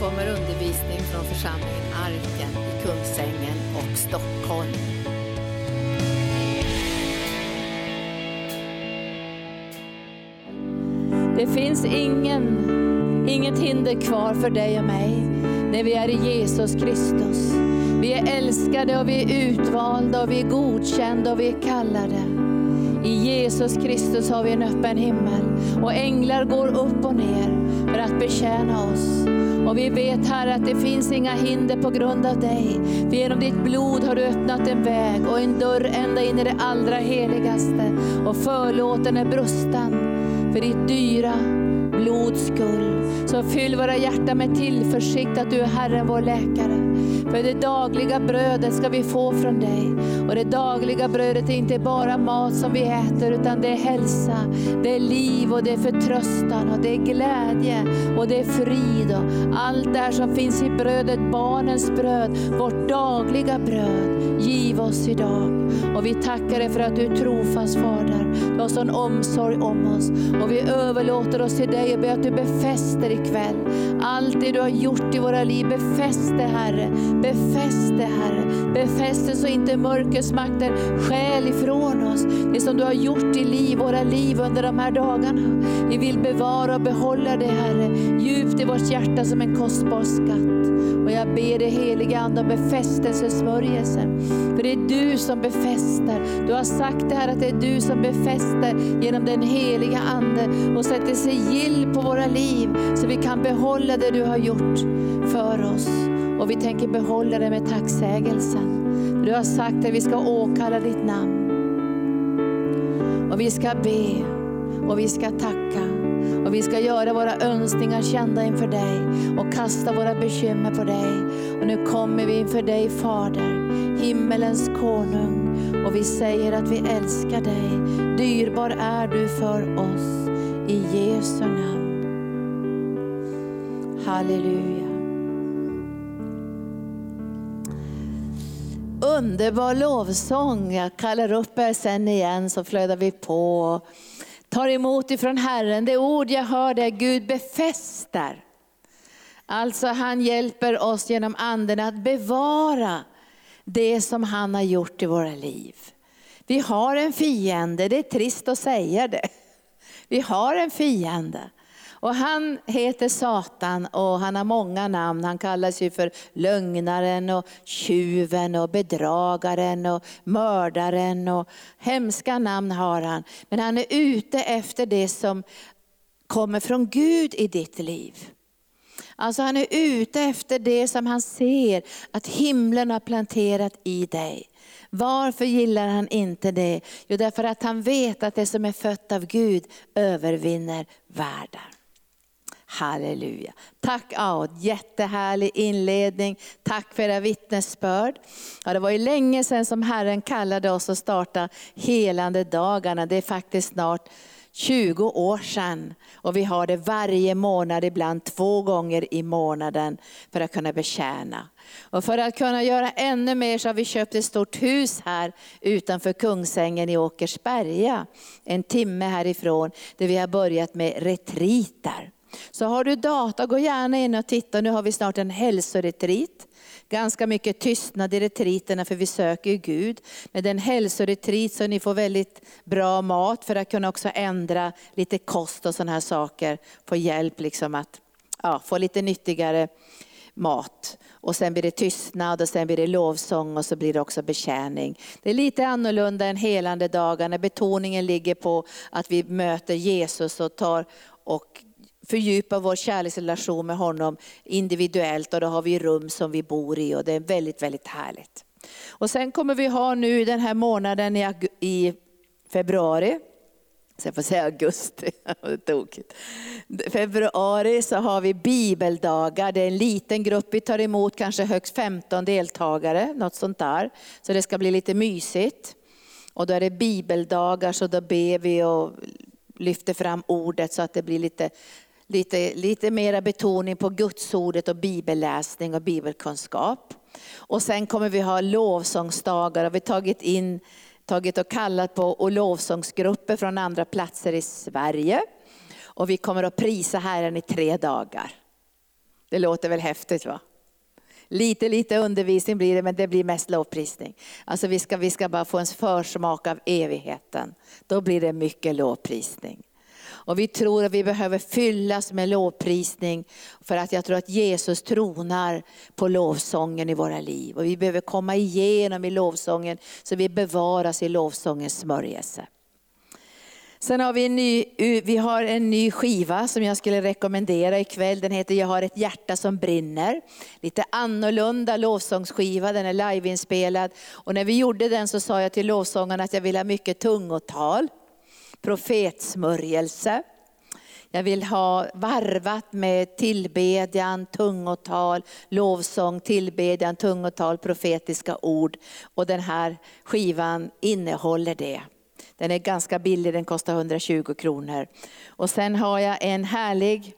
kommer undervisning från församlingen Arken i Kungsängen och Stockholm. Det finns inget hinder kvar för dig och mig när vi är i Jesus Kristus. Vi är älskade och vi är utvalda och vi är godkända och vi är kallade. I Jesus Kristus har vi en öppen himmel och änglar går upp och ner för att betjäna oss. Och vi vet, Herre, att det finns inga hinder på grund av dig. För genom ditt blod har du öppnat en väg och en dörr ända in i det allra heligaste. Och förlåten är brustan för ditt dyra blods skull. Så fyll våra hjärtan med tillförsikt att du är Herren, vår läkare. För det dagliga brödet ska vi få från dig. Och det dagliga brödet är inte bara mat som vi äter, utan det är hälsa, det är liv och det är förtröstan och det är glädje och det är frid och allt där som finns i brödet, barnens bröd, vårt dagliga bröd. Giv oss idag. Och vi tackar dig för att du är trofast, Fader. Du har sån omsorg om oss. Och vi överlåter oss till dig och ber att du befäster ikväll. Allt det du har gjort i våra liv, befäst det, Herre. Befäst det, Herre. Befäst det så inte mörkrets makter stjäl ifrån oss. Det som du har gjort i våra liv under de här dagarna. Vi vill bevara och behålla det, Herre. Djupt i vårt hjärta som en kostbar skatt. Och jag ber dig, heliga Ande, om befästelsesmörjelse. För det är du som befäster. Du har sagt det här att det är du som befäster genom den heliga Ande. Och sätter sigill på våra liv så vi kan behålla det du har gjort för oss. Och vi tänker behålla det med tacksägelsen. Du har sagt att vi ska åkalla ditt namn. Och vi ska be. Och vi ska tacka. Och vi ska göra våra önskningar kända inför dig. Och kasta våra bekymmer på dig. Och nu kommer vi inför dig, Fader. Himmelens konung. Och vi säger att vi älskar dig. Dyrbar är du för oss. I Jesu namn. Halleluja. Underbar lovsång. Jag kallar upp er sen igen så flödar vi på. Tar emot ifrån Herren. Det ord jag hörde är Gud befäster. Alltså han hjälper oss genom anden att bevara det som han har gjort i våra liv. Vi har en fiende, det är trist att säga det. Vi har en fiende. Och han heter Satan och han har många namn. Han kallas ju för lögnaren och tjuven och bedragaren och mördaren och hemska namn har han. Men han är ute efter det som kommer från Gud i ditt liv. Alltså han är ute efter det som han ser att himlen har planterat i dig. Varför gillar han inte det? Jo, därför att han vet att det som är fött av Gud övervinner världen. Halleluja. Tack Aud, jättehärlig inledning. Tack för era vittnesbörd. Ja, det var ju länge sedan som Herren kallade oss att starta helande dagarna. Det är faktiskt snart 20 år sedan. Och vi har det varje månad, ibland 2 gånger i månaden för att kunna betjäna. Och för att kunna göra ännu mer så har vi köpt ett stort hus här utanför Kungsängen i Åkersberga. 1 timme härifrån där vi har börjat med retriter. Så har du data, gå gärna in och titta. Nu har vi snart en hälsoretrit. Ganska mycket tystnad i retriterna för vi söker ju Gud. Men det är en hälsoretrit så ni får väldigt bra mat för att kunna också ändra lite kost och sådana här saker. Få hjälp liksom att få lite nyttigare mat. Och sen blir det tystnad och sen blir det lovsång och så blir det också betjäning. Det är lite annorlunda än helande dagar när betoningen ligger på att vi möter Jesus och tar och fördjupa vår kärleksrelation med honom individuellt, och då har vi rum som vi bor i och det är väldigt, väldigt härligt. Och sen kommer vi ha nu den här månaden i februari, så jag får säga augusti, februari så har vi bibeldagar. Det är en liten grupp, vi tar emot kanske högst 15 deltagare, något sånt där. Så det ska bli lite mysigt. Och då är det bibeldagar så då ber vi och lyfter fram ordet så att det blir lite mera betoning på Guds ordet och bibelläsning och bibelkunskap. Och sen kommer vi ha lovsångsdagar och vi tagit och kallat på och lovsångsgrupper från andra platser i Sverige. Och vi kommer att prisa Herren i 3 dagar. Det låter väl häftigt, va? Lite undervisning blir det, men det blir mest lovprisning. Alltså vi ska bara få en försmak av evigheten. Då blir det mycket lovprisning. Och vi tror att vi behöver fyllas med lovprisning, för att jag tror att Jesus tronar på lovsången i våra liv. Och vi behöver komma igenom i lovsången så vi bevaras i lovsångens smörjelse. Sen har vi har en ny skiva som jag skulle rekommendera ikväll. Den heter Jag har ett hjärta som brinner. Lite annorlunda lovsångsskiva, den är liveinspelad. Och när vi gjorde den så sa jag till lovsångarna att jag vill ha mycket tungotal, profetsmörjelse. Jag vill ha varvat med tillbedjan, tungotal, lovsång, tillbedjan, tungotal, profetiska ord. Och den här skivan innehåller det. Den är ganska billig, den kostar 120 kronor. Och sen har jag en härlig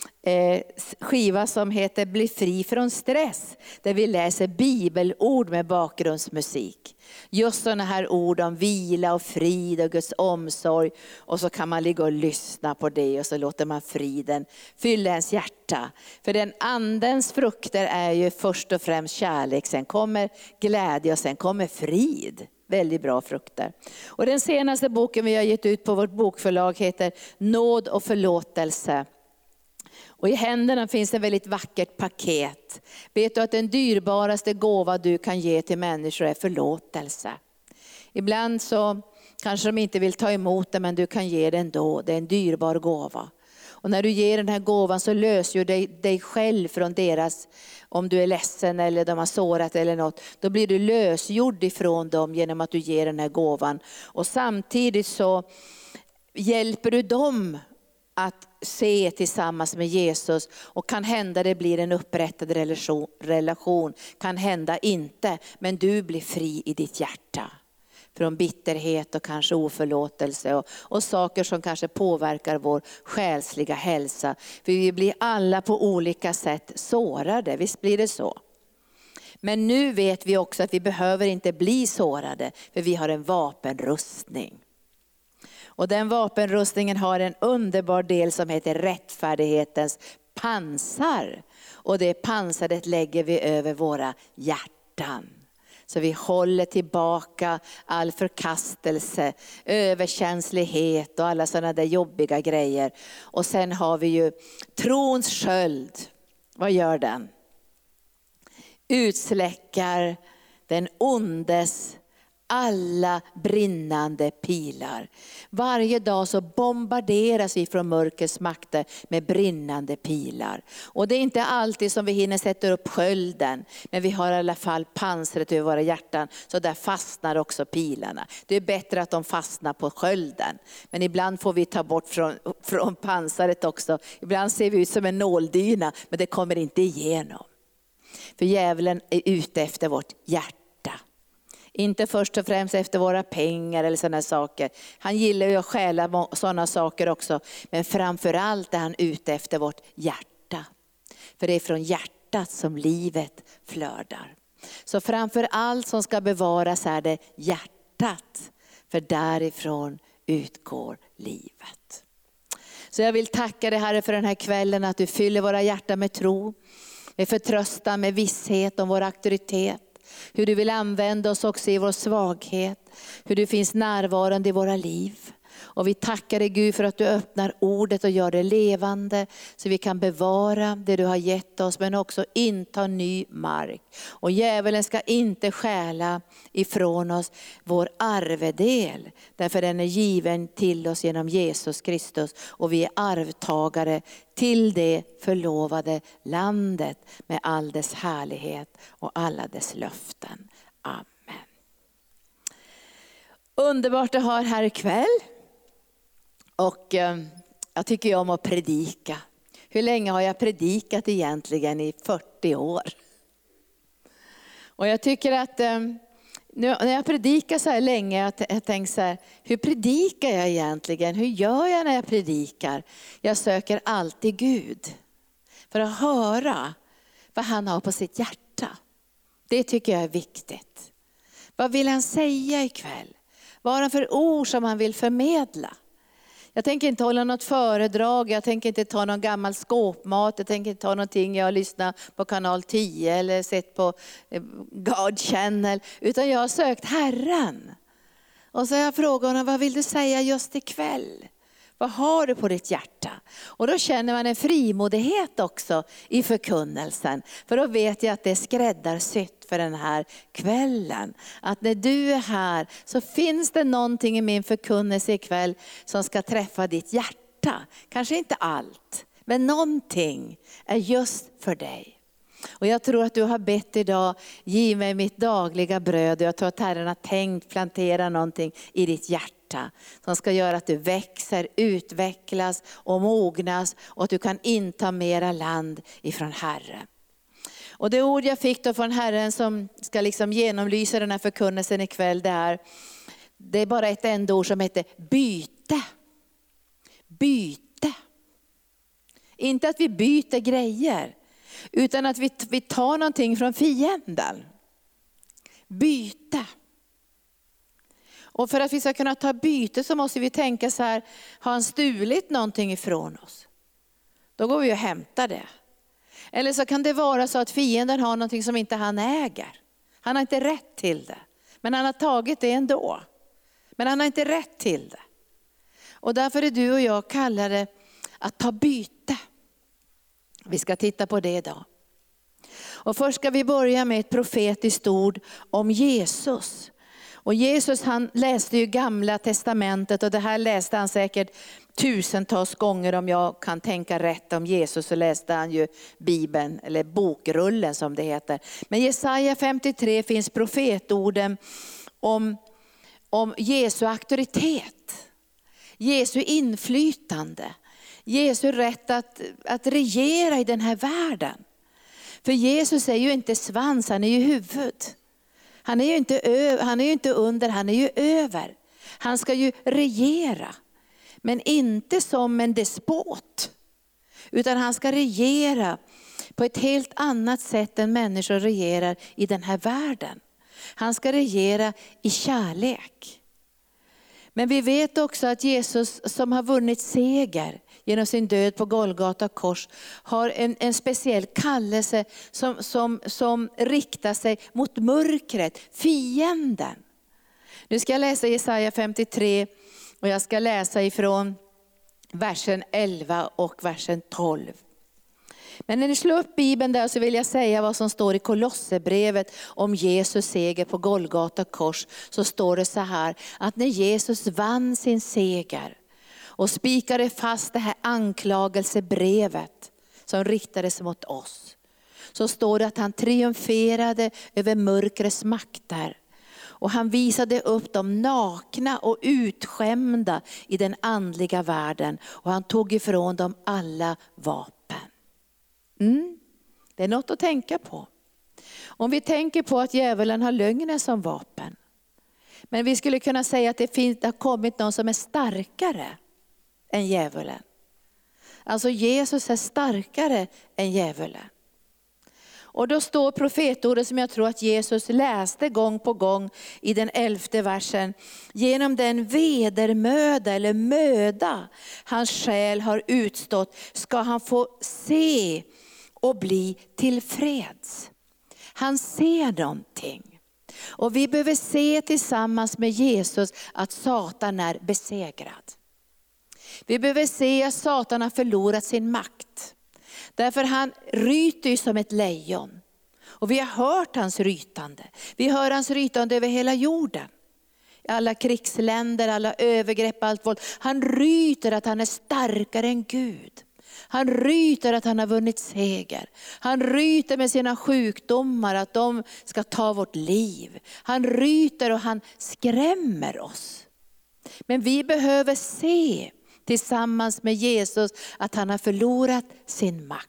skiva som heter Bli fri från stress. Där vi läser bibelord med bakgrundsmusik. Just sådana här ord om vila och frid och Guds omsorg. Och så kan man ligga och lyssna på det och så låter man friden fylla ens hjärta. För den andens frukter är ju först och främst kärlek. Sen kommer glädje och sen kommer frid. Väldigt bra frukter. Och den senaste boken vi har gett ut på vårt bokförlag heter Nåd och förlåtelse. Och i händerna finns ett väldigt vackert paket. Vet du att den dyrbaraste gåva du kan ge till människor är förlåtelse? Ibland så kanske de inte vill ta emot det, men du kan ge det ändå. Det är en dyrbar gåva. Och när du ger den här gåvan så löser du dig själv från deras, om du är ledsen eller de har sårat eller något. Då blir du lösgjord ifrån dem genom att du ger den här gåvan. Och samtidigt så hjälper du dem att se tillsammans med Jesus. Och kan hända det blir en upprättad relation. Kan hända inte, men du blir fri i ditt hjärta. Från bitterhet och kanske oförlåtelse och saker som kanske påverkar vår själsliga hälsa. För vi blir alla på olika sätt sårade, visst blir det så. Men nu vet vi också att vi behöver inte bli sårade, för vi har en vapenrustning. Och den vapenrustningen har en underbar del som heter rättfärdighetens pansar. Och det pansaret lägger vi över våra hjärtan. Så vi håller tillbaka all förkastelse, överkänslighet och alla sådana där jobbiga grejer. Och sen har vi ju trons sköld. Vad gör den? Utsläckar den ondes alla brinnande pilar. Varje dag så bombarderas vi från mörkrets makter med brinnande pilar. Och det är inte alltid som vi hinner sätta upp skölden. Men vi har i alla fall pansret över våra hjärtan. Så där fastnar också pilarna. Det är bättre att de fastnar på skölden. Men ibland får vi ta bort från pansaret också. Ibland ser vi ut som en nåldyna. Men det kommer inte igenom. För djävulen är ute efter vårt hjärta. Inte först och främst efter våra pengar eller sådana saker. Han gillar ju att stjäla sådana saker också. Men framförallt är han ute efter vårt hjärta. För det är från hjärtat som livet flödar. Så framför allt som ska bevaras är det hjärtat. För därifrån utgår livet. Så jag vill tacka dig, Herre, för den här kvällen. Att du fyller våra hjärtan med tro. Med förtröstan, med visshet om vår auktoritet. Hur du vill använda oss också i vår svaghet. Hur du finns närvarande i våra liv. Och vi tackar dig, Gud, för att du öppnar ordet och gör det levande. Så vi kan bevara det du har gett oss, men också inta ny mark. Och djävulen ska inte stjäla ifrån oss vår arvedel. Därför den är given till oss genom Jesus Kristus. Och vi är arvtagare till det förlovade landet med all dess härlighet och alla dess löften. Amen. Underbart att ha er här ikväll. Och jag tycker om att predika. Hur länge har jag predikat egentligen? I 40 år. Och jag tycker att när jag predikar så här länge, jag tänker så här, hur predikar jag egentligen? Hur gör jag när jag predikar? Jag söker alltid Gud för att höra vad han har på sitt hjärta. Det tycker jag är viktigt. Vad vill han säga ikväll? Vad har han för ord som han vill förmedla? Jag tänker inte hålla något föredrag, jag tänker inte ta någon gammal skåpmat, jag tänker inte ta någonting jag har lyssnat på kanal 10 eller sett på God Channel. Utan jag har sökt Herren. Och så har jag frågat honom, vad vill du säga just ikväll? Vad har du på ditt hjärta? Och då känner man en frimodighet också i förkunnelsen. För då vet jag att det är skräddarsytt för den här kvällen. Att när du är här så finns det någonting i min förkunnelse ikväll som ska träffa ditt hjärta. Kanske inte allt, men någonting är just för dig. Och jag tror att du har bett idag, ge mig mitt dagliga bröd. Och jag tror att Herren har tänkt plantera någonting i ditt hjärta. Som ska göra att du växer, utvecklas och mognas. Och att du kan inta mera land ifrån Herren. Och det ord jag fick då från Herren som ska liksom genomlysa den här förkunnelsen ikväll. Det är bara ett enda ord som heter byte. Byte. Inte att vi byter grejer. Utan att vi tar någonting från fienden. Byte. Och för att vi ska kunna ta byte så måste vi tänka så här. Har han stulit någonting ifrån oss? Då går vi och hämtar det. Eller så kan det vara så att fienden har någonting som inte han äger. Han har inte rätt till det. Men han har tagit det ändå. Men han har inte rätt till det. Och därför är du och jag kallade att ta byte. Vi ska titta på det idag. Och först ska vi börja med ett profetiskt ord om Jesus. Och Jesus, han läste ju Gamla testamentet och det här läste han säkert tusentals gånger. Om jag kan tänka rätt om Jesus så läste han ju Bibeln eller bokrullen som det heter. Men i Jesaja 53 finns profetorden om Jesu auktoritet. Jesu inflytande. Jesu rätt att regera i den här världen. För Jesus är ju inte svans, han är ju huvud. Han är ju inte under, han är ju över. Han ska ju regera. Men inte som en despot. Utan han ska regera på ett helt annat sätt än människor regerar i den här världen. Han ska regera i kärlek. Men vi vet också att Jesus som har vunnit seger genom sin död på Golgata kors har en speciell kallelse som riktar sig mot mörkret, fienden. Nu ska jag läsa Jesaja 53 och jag ska läsa ifrån versen 11 och versen 12. Men när ni slår upp Bibeln där så vill jag säga vad som står i Kolosserbrevet om Jesus seger på Golgata kors. Så står det så här att när Jesus vann sin seger och spikade fast det här anklagelsebrevet som riktades mot oss. Så står det att han triumferade över mörkrets makter. Och han visade upp dem nakna och utskämda i den andliga världen. Och han tog ifrån dem alla vapen. Det är något att tänka på. Om vi tänker på att djävulen har lögnen som vapen. Men vi skulle kunna säga att det har kommit någon som är starkare än djävulen. Alltså Jesus är starkare än djävulen. Och då står profetordet som jag tror att Jesus läste gång på gång i den 11:e versen. Genom den vedermöda eller möda hans själ har utstått ska han få se och bli tillfreds. Han ser någonting. Och vi behöver se tillsammans med Jesus att Satan är besegrad. Vi behöver se att Satan har förlorat sin makt. Därför han ryter ju som ett lejon. Och vi har hört hans rytande. Vi hör hans rytande över hela jorden. Alla krigsländer, alla övergrepp, allt våld. Han ryter att han är starkare än Gud. Han ryter att han har vunnit seger. Han ryter med sina sjukdomar att de ska ta vårt liv. Han ryter och han skrämmer oss. Men vi behöver se tillsammans med Jesus att han har förlorat sin makt.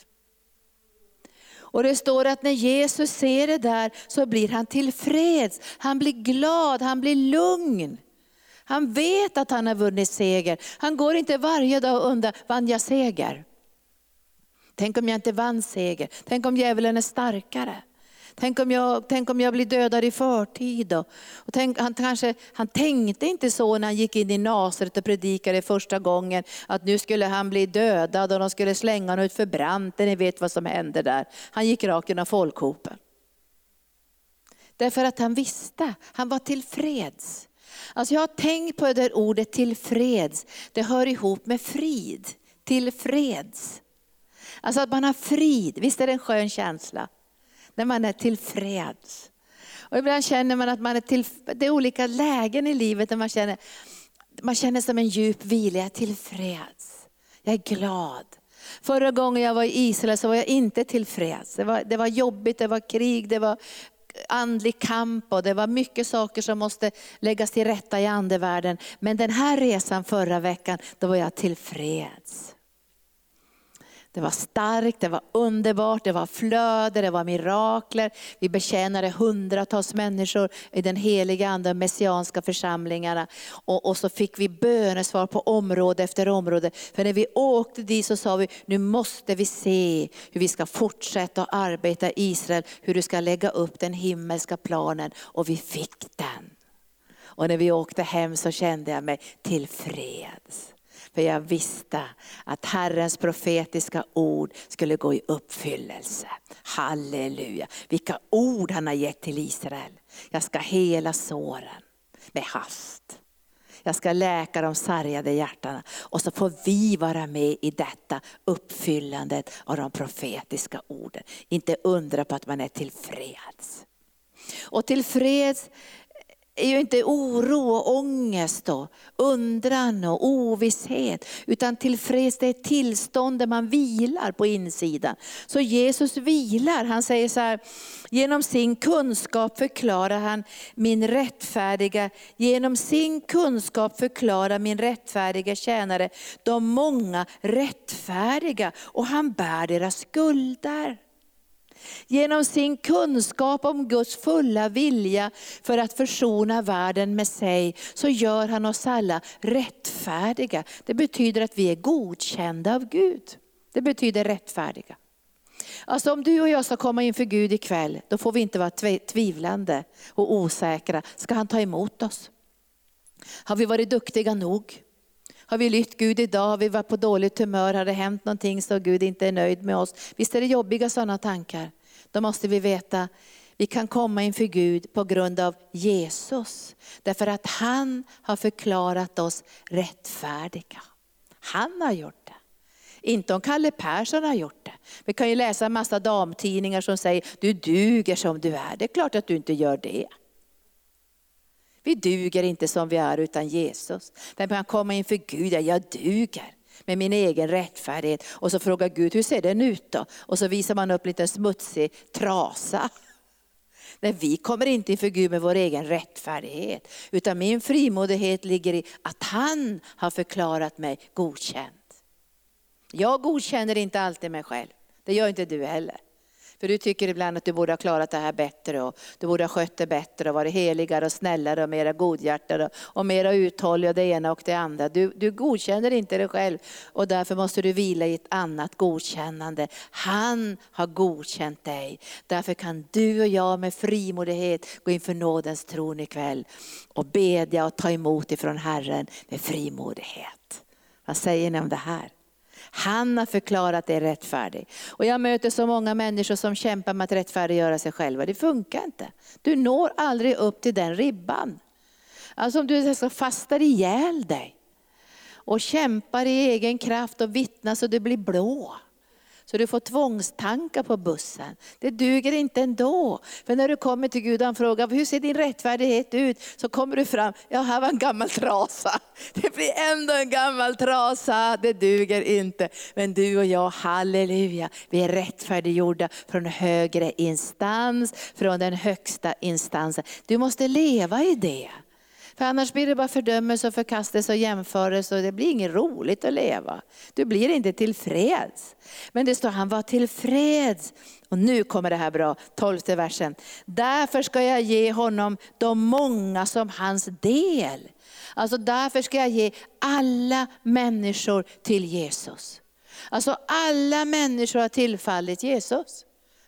Och det står att när Jesus ser det där så blir han tillfreds. Han blir glad, han blir lugn. Han vet att han har vunnit seger. Han går inte varje dag och undrar, vann jag seger? Tänk om jag inte vann seger? Tänk om djävulen är starkare? Tänk om jag blir dödad i förtid då. Och han tänkte inte så när han gick in i Nasaret och predikade första gången. Att nu skulle han bli dödad och de skulle slänga honom ut för branten. Ni vet vad som hände där. Han gick rakt genom folkhopen. Därför att han visste, han var tillfreds. Alltså jag har tänkt på det där ordet tillfreds. Det hör ihop med frid. Tillfreds. Alltså att man har frid. Visst är det en skön känsla? När man är tillfreds. Och ibland känner man att man är det är olika lägen i livet där man känner som en djup vila. Jag är tillfreds. Jag är glad. Förra gången jag var i Israel så var jag inte tillfreds. Det var jobbigt, det var krig, det var andlig kamp och det var mycket saker som måste läggas till rätta i andevärlden. Men den här resan förra veckan, då var jag tillfreds. Det var starkt, det var underbart, det var flöde, det var mirakler. Vi betjänade hundratals människor i den heliga ande och messianska församlingarna. Och så fick vi bönesvar på område efter område. För när vi åkte dit så sa vi, nu måste vi se hur vi ska fortsätta att arbeta i Israel. Hur du ska lägga upp den himmelska planen. Och vi fick den. Och när vi åkte hem så kände jag mig tillfreds. För jag visste att Herrens profetiska ord skulle gå i uppfyllelse. Halleluja. Vilka ord han har gett till Israel. Jag ska hela såren med hast. Jag ska läka de sargade hjärtarna. Och så får vi vara med i detta uppfyllandet av de profetiska orden. Inte undra på att man är tillfreds. Och tillfreds är ju inte oro och ångest och undran och ovisshet. Utan tillfreds det är ett tillstånd där man vilar på insidan. Så Jesus vilar, han säger så här, genom sin kunskap förklarar han min rättfärdiga, genom sin kunskap förklarar min rättfärdiga tjänare de många rättfärdiga och han bär deras skulder. Genom sin kunskap om Guds fulla vilja för att försona världen med sig så gör han oss alla rättfärdiga. Det betyder att vi är godkända av Gud. Det betyder rättfärdiga. Alltså om du och jag ska komma inför Gud ikväll, då får vi inte vara tvivlande och osäkra. Ska han ta emot oss? Har vi varit duktiga nog? Har vi lytt Gud idag? Har vi varit på dåligt humör? Har det hänt någonting så Gud inte är nöjd med oss? Visst är det jobbiga sådana tankar. Då måste vi veta, vi kan komma inför Gud på grund av Jesus. Därför att han har förklarat oss rättfärdiga. Han har gjort det. Inte om Kalle Persson har gjort det. Vi kan ju läsa en massa damtidningar som säger, du duger som du är. Det är klart att du inte gör det. Vi duger inte som vi är utan Jesus. Vem kan komma inför Gud? Jag duger med min egen rättfärdighet. Och så frågar Gud, hur ser den ut då? Och så visar man upp lite smutsig trasa. Nej, vi kommer inte inför Gud med vår egen rättfärdighet. Utan min frimodighet ligger i att han har förklarat mig godkänd. Jag godkänner inte alltid mig själv. Det gör inte du heller. För du tycker ibland att du borde ha klarat det här bättre och du borde ha skött det bättre och varit heligare och snällare och mera godhjärtade och mera uthållig och det ena och det andra. Du godkänner inte dig själv och därför måste du vila i ett annat godkännande. Han har godkänt dig. Därför kan du och jag med frimodighet gå inför nådens tron ikväll och bedja och ta emot ifrån Herren med frimodighet. Vad säger ni om det här? Han har förklarat dig rättfärdig. Och jag möter så många människor som kämpar med att rättfärdiggöra sig själva. Det funkar inte. Du når aldrig upp till den ribban. Alltså om du ska fasta ihjäl dig. Och kämpar i egen kraft och vittnar så du blir blå. Så du får tvångstankar på bussen. Det duger inte ändå. För när du kommer till Gud och han frågar, hur ser din rättfärdighet ut? Så kommer du fram, ja här var en gammal trasa. Det blir ändå en gammal trasa, det duger inte. Men du och jag, halleluja, vi är rättfärdiggjorda från högre instans, från den högsta instansen. Du måste leva i det. För annars blir det bara fördömelse och förkastelse och jämförelse och det blir inget roligt att leva. Du blir inte tillfreds. Men det står han var tillfreds. Och nu kommer det här bra, 12:e versen. Därför ska jag ge honom de många som hans del. Alltså därför ska jag ge alla människor till Jesus. Alltså alla människor har tillfallit Jesus.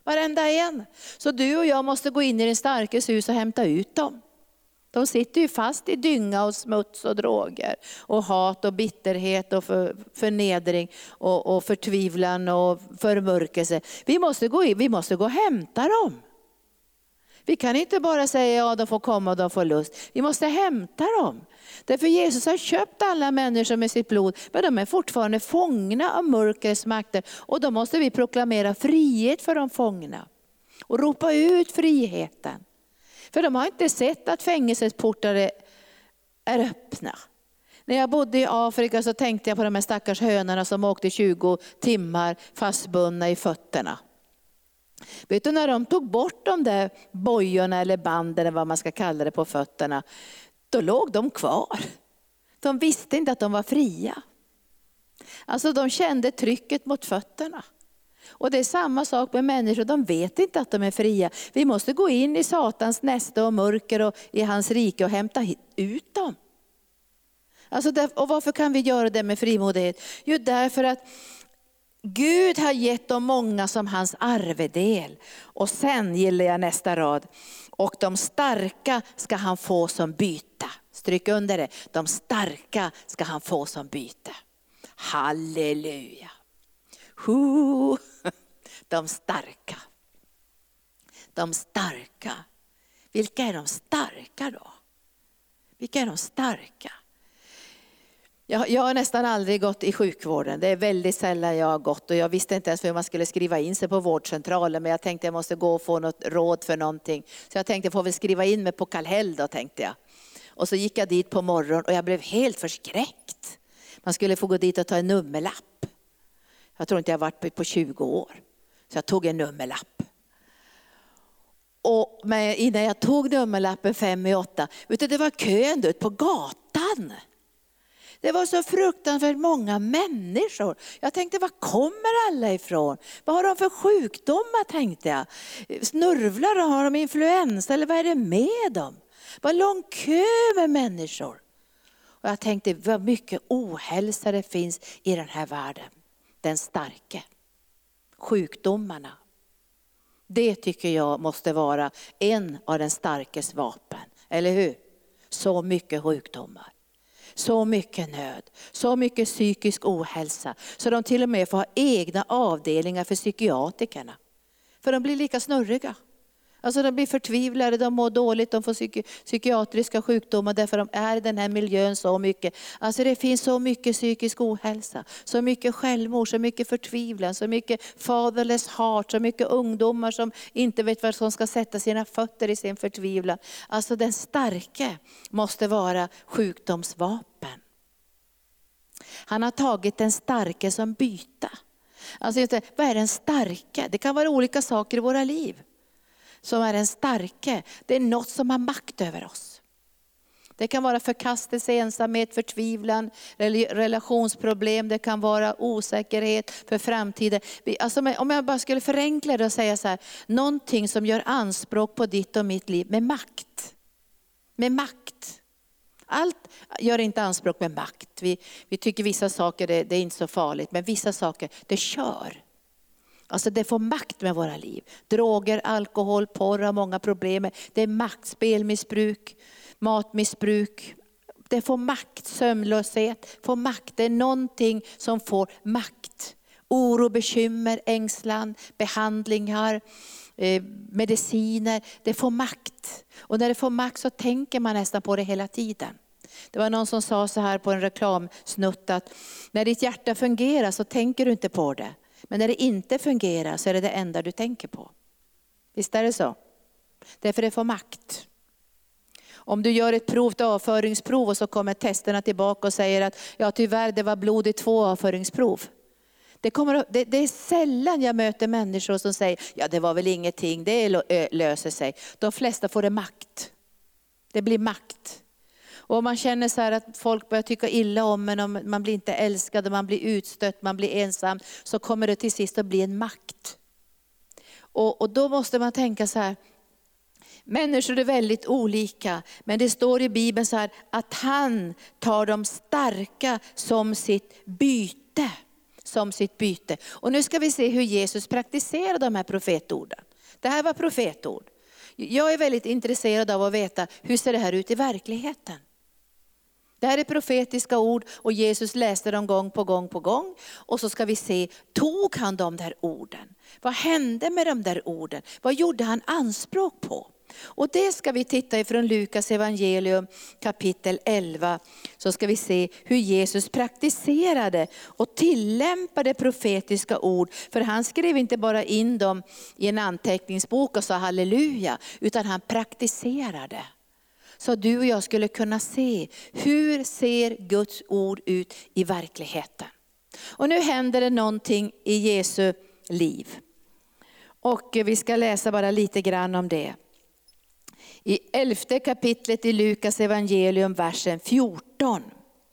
Varenda en. Så du och jag måste gå in i den starkes hus och hämta ut dem. De sitter ju fast i dynga och smuts och droger och hat och bitterhet och förnedring och förtvivlan och förmörkelse. Vi måste gå och hämta dem. Vi kan inte bara säga ja, de får komma och de får lust. Vi måste hämta dem. Därför Jesus har köpt alla människor med sitt blod, men de är fortfarande fångna av mörkrets makter. Och då måste vi proklamera frihet för de fångna och ropa ut friheten. För de har inte sett att fängelsets portar är öppna. När jag bodde i Afrika så tänkte jag på de här stackars hönorna som åkte 20 timmar fastbundna i fötterna. Vet du, när de tog bort de där bojorna eller banden eller vad man ska kalla det på fötterna, då låg de kvar. De visste inte att de var fria. Alltså de kände trycket mot fötterna. Och det är samma sak med människor, de vet inte att de är fria. Vi måste gå in i Satans näste och mörker och i hans rike och hämta ut dem. Alltså och varför kan vi göra det med frimodighet? Jo, därför att Gud har gett dem många som hans arvedel. Och sen gillar jag nästa rad. Och de starka ska han få som byte. Stryk under det. De starka ska han få som byte. Halleluja. De starka. De starka. Vilka är de starka då? Vilka är de starka? Jag har nästan aldrig gått i sjukvården. Det är väldigt sällan jag har gått. Och jag visste inte ens hur man skulle skriva in sig på vårdcentralen. Men jag tänkte jag måste gå och få något råd för någonting. Så jag tänkte jag får väl skriva in mig på Kallhäll då, tänkte jag. Och så gick jag dit på morgonen och jag blev helt förskräckt. Man skulle få gå dit och ta en nummerlapp. Jag tror inte jag har varit på 20 år. Så jag tog en nummerlapp. Men innan jag tog nummerlappen 5:08. Det var kön ut på gatan. Det var så fruktansvärt många människor. Jag tänkte, var kommer alla ifrån? Vad har de för sjukdomar, tänkte jag. Snurvlar de, har de influensa eller vad är det med dem? Vad lång kö med människor. Och jag tänkte, vad mycket ohälsa det finns i den här världen. Den starke. Sjukdomarna. Det tycker jag måste vara en av den starkes vapen. Eller hur? Så mycket sjukdomar. Så mycket nöd, så mycket psykisk ohälsa. Så de till och med får ha egna avdelningar för psykiatrikerna. För de blir lika snurriga. Alltså de blir förtvivlade, de mår dåligt, de får psykiatriska sjukdomar därför de är i den här miljön så mycket. Alltså det finns så mycket psykisk ohälsa, så mycket självmord, så mycket förtvivlan, så mycket fatherless heart, så mycket ungdomar som inte vet var som ska sätta sina fötter i sin förtvivlan. Alltså den starke måste vara sjukdomsvapen. Han har tagit den starke som byta. Alltså vad är den starke? Det kan vara olika saker i våra liv. Som är den starke, det är något som har makt över oss. Det kan vara förkastelse, ensamhet, förtvivlan, relationsproblem, det kan vara osäkerhet för framtiden. Alltså om jag bara skulle förenkla det och säga så här, någonting som gör anspråk på ditt och mitt liv med makt. Med makt. Allt gör inte anspråk med makt. Vi tycker vissa saker det är inte så farligt, men vissa saker det kör. Alltså det får makt med våra liv. Droger, alkohol, porr har många problem. Det är makt, spelmissbruk, matmissbruk. Det får makt, sömnlöshet får makt. Det är någonting som får makt. Oro, bekymmer, ängslan, behandlingar, mediciner. Det får makt. Och när det får makt så tänker man nästan på det hela tiden. Det var någon som sa så här på en reklamsnutt att när ditt hjärta fungerar så tänker du inte på det. Men när det inte fungerar så är det enda du tänker på. Visst är det så? Därför det får makt. Om du gör ett avföringsprov och så kommer testerna tillbaka och säger att ja tyvärr det var blod i 2 avföringsprov. Det är sällan jag möter människor som säger ja det var väl ingenting, det löser sig. De flesta får det makt. Det blir makt. Och om man känner så här att folk börjar tycka illa om en, man blir inte älskad och man blir utstött, man blir ensam, så kommer det till sist att bli en makt. Och då måste man tänka så här, människor är väldigt olika, men det står i Bibeln så här att han tar de starka som sitt byte. som sitt byte. Och nu ska vi se hur Jesus praktiserar de här profetorden. Det här var profetord. Jag är väldigt intresserad av att veta hur ser det här ut i verkligheten. Det här är profetiska ord och Jesus läste dem gång på gång på gång. Och så ska vi se, tog han de där orden? Vad hände med de där orden? Vad gjorde han anspråk på? Och det ska vi titta ifrån Lukas evangelium kapitel 11. Så ska vi se hur Jesus praktiserade och tillämpade profetiska ord. För han skrev inte bara in dem i en anteckningsbok och sa halleluja. Utan han praktiserade. Så du och jag skulle kunna se, hur ser Guds ord ut i verkligheten? Och nu händer det någonting i Jesu liv. Och vi ska läsa bara lite grann om det. I 11:e kapitlet i Lukas evangelium, versen 14.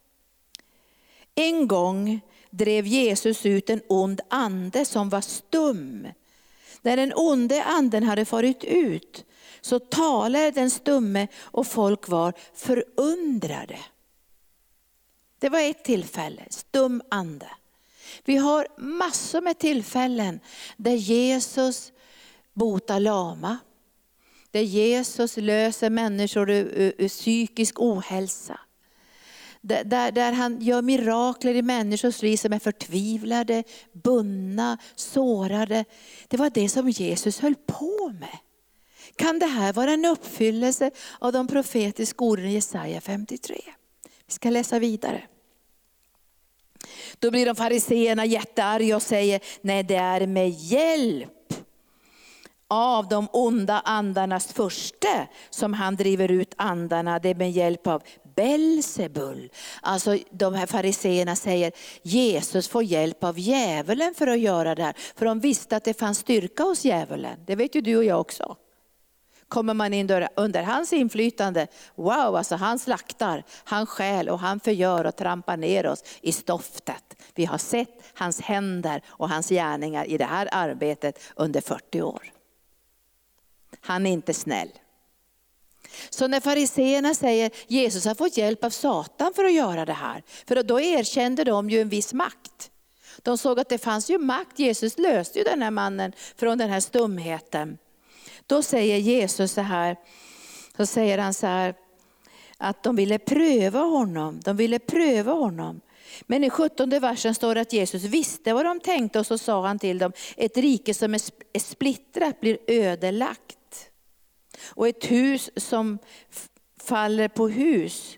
En gång drev Jesus ut en ond ande som var stum. När den onde anden hade farit ut, så talade den stumme och folk var förundrade. Det var ett tillfälle, stum ande. Vi har massor med tillfällen där Jesus botar lama. Där Jesus löser människor ur psykisk ohälsa. Där han gör mirakler i människors liv som är förtvivlade, bundna, sårade. Det var det som Jesus höll på med. Kan det här vara en uppfyllelse av de profetiska orden i Jesaja 53? Vi ska läsa vidare. Då blir de fariseerna jättearga och säger, nej, det är med hjälp av de onda andarnas furste som han driver ut andarna. Det är med hjälp av Belzebul. Alltså de här fariseerna säger, Jesus får hjälp av djävulen för att göra det här. För de visste att det fanns styrka hos djävulen. Det vet ju du och jag också. Kommer man in under hans inflytande, wow, alltså han slaktar, han stjäl och han förgör och trampar ner oss i stoftet. Vi har sett hans händer och hans gärningar i det här arbetet under 40 år. Han är inte snäll. Så när fariseerna säger Jesus har fått hjälp av Satan för att göra det här. För då erkände de ju en viss makt. De såg att det fanns ju makt. Jesus löste ju den här mannen från den här stumheten. Då säger Jesus så här. Så säger han så här. Att de ville pröva honom. De ville pröva honom. Men i 17:e versen står det att Jesus visste vad de tänkte. Och så sa han till dem. Ett rike som är splittrat blir ödelagt. Och ett hus som faller på hus.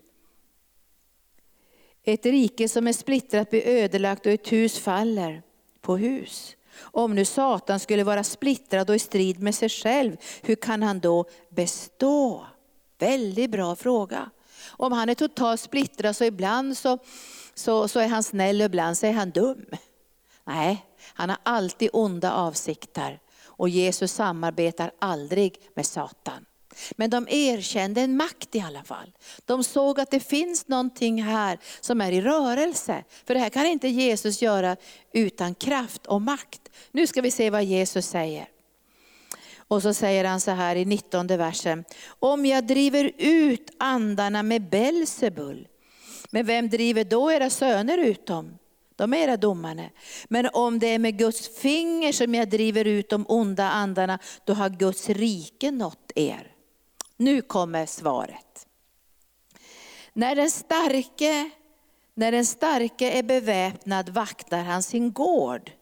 Ett rike som är splittrat blir ödelagt och ett hus faller på hus. Om nu Satan skulle vara splittrad och i strid med sig själv, hur kan han då bestå? Väldigt bra fråga. Om han är totalt splittrad så ibland så är han snäll och ibland så är han dum. Nej, han har alltid onda avsikter. Och Jesus samarbetar aldrig med Satan. Men de erkände en makt i alla fall. De såg att det finns någonting här som är i rörelse. För det här kan inte Jesus göra utan kraft och makt. Nu ska vi se vad Jesus säger. Och så säger han så här i 19:e versen. Om jag driver ut andarna med Belzebul, men vem driver då era söner ut dem? De är era domare. Men om det är med Guds finger som jag driver ut de onda andarna, då har Guds rike nått er. Nu kommer svaret. När den starke är beväpnad vaktar han sin gård.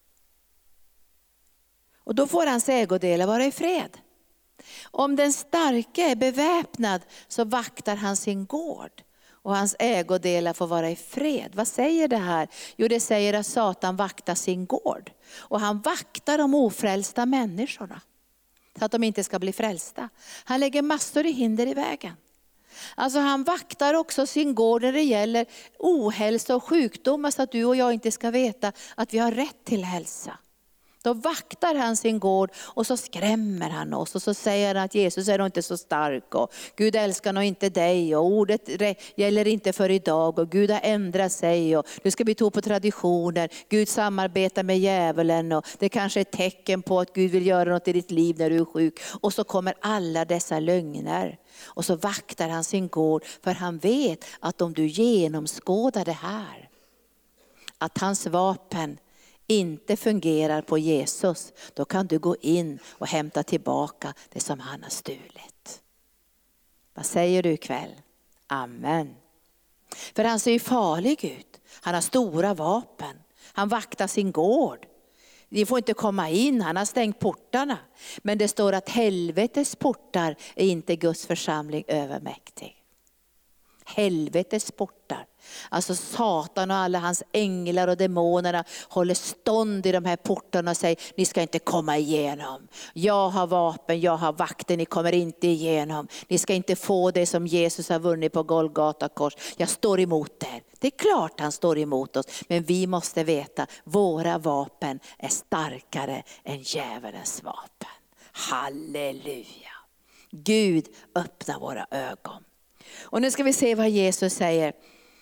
Och då får hans ägodelar vara i fred. Om den starke är beväpnad så vaktar han sin gård. Och hans ägodelar får vara i fred. Vad säger det här? Jo, det säger att Satan vaktar sin gård. Och han vaktar de ofrälsta människorna. Så att de inte ska bli frälsta. Han lägger massor i hinder i vägen. Alltså han vaktar också sin gård när det gäller ohälsa och sjukdomar. Så att du och jag inte ska veta att vi har rätt till hälsa. Då vaktar han sin gård och så skrämmer han oss. Och så säger han att Jesus är nog inte så stark. Och Gud älskar nog inte dig. Och ordet gäller inte för idag. Och Gud har ändrat sig. Och nu ska vi tro på traditioner. Gud samarbetar med djävulen. Och det kanske är ett tecken på att Gud vill göra något i ditt liv när du är sjuk. Och så kommer alla dessa lögner. Och så vaktar han sin gård. För han vet att om du genomskådar det här. att hans vapen inte fungerar på Jesus, då kan du gå in och hämta tillbaka det som han har stulit. Vad säger du ikväll? Amen. För han ser ju farlig ut. Han har stora vapen. Han vaktar sin gård. Ni får inte komma in, han har stängt portarna. Men det står att helvetets portar är inte Guds församling övermäktig. Helvetets portar. Alltså Satan och alla hans änglar och demonerna håller stånd i de här portarna och säger, ni ska inte komma igenom. Jag har vapen, jag har vakter, ni kommer inte igenom. Ni ska inte få det som Jesus har vunnit på Golgata kors. Jag står emot er. Det är klart han står emot oss, men vi måste veta, våra vapen är starkare än djävulens vapen. Halleluja. Gud öppnar våra ögon. Och nu ska vi se vad Jesus säger.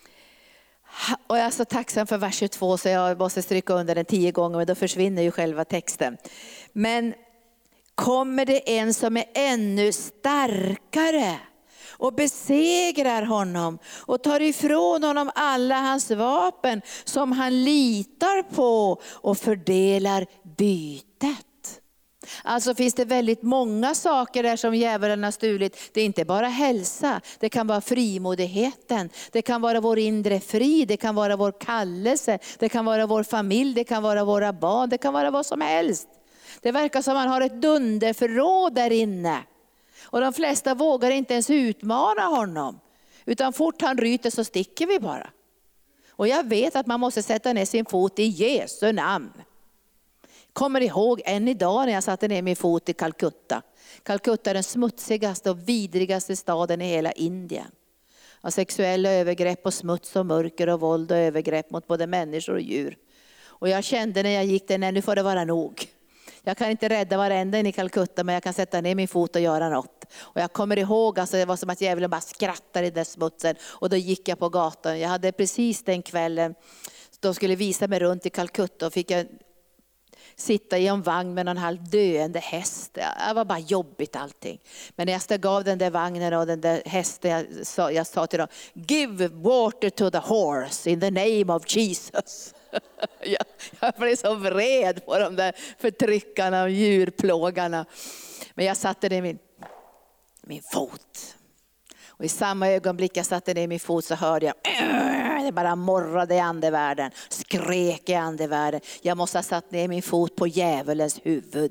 Och jag är så tacksam för vers 22 så jag måste stryka under den 10 gånger, men då försvinner ju själva texten. Men kommer det en som är ännu starkare och besegrar honom och tar ifrån honom alla hans vapen som han litar på och fördelar bytet. Alltså finns det väldigt många saker där som djävulen har stulit. Det är inte bara hälsa, det kan vara frimodigheten, det kan vara vår inre frid, det kan vara vår kallelse, det kan vara vår familj, det kan vara våra barn, det kan vara vad som helst. Det verkar som man har ett dunderförråd där inne. Och de flesta vågar inte ens utmana honom. Utan fort han ryter så sticker vi bara. Och jag vet att man måste sätta ner sin fot i Jesu namn. Kommer ihåg än idag när jag satte ner min fot i Calcutta. Calcutta är den smutsigaste och vidrigaste staden i hela Indien. Av sexuella övergrepp och smuts och mörker och våld och övergrepp mot både människor och djur. Och jag kände när jag gick där, nej, nu får det vara nog. Jag kan inte rädda varenda i Calcutta, men jag kan sätta ner min fot och göra något. Och jag kommer ihåg, alltså, det var som att djävulen bara skrattade i den smutsen. Och då gick jag på gatan. Jag hade precis den kvällen, de skulle visa mig runt i Calcutta och fick jag sitta i en vagn med en halv döende häst. Det var bara jobbigt allting. Men när jag steg av den där vagnen och den där hästen, jag sa till dem, give water to the horse in the name of Jesus. Jag blev så vred på de där förtryckarna och djurplågarna. Men jag satte ner min fot. Och i samma ögonblick jag satte ner min fot så hörde jag, det bara morrade i andevärlden, skrek i andevärlden. Jag måste ha satt ner min fot på djävulens huvud.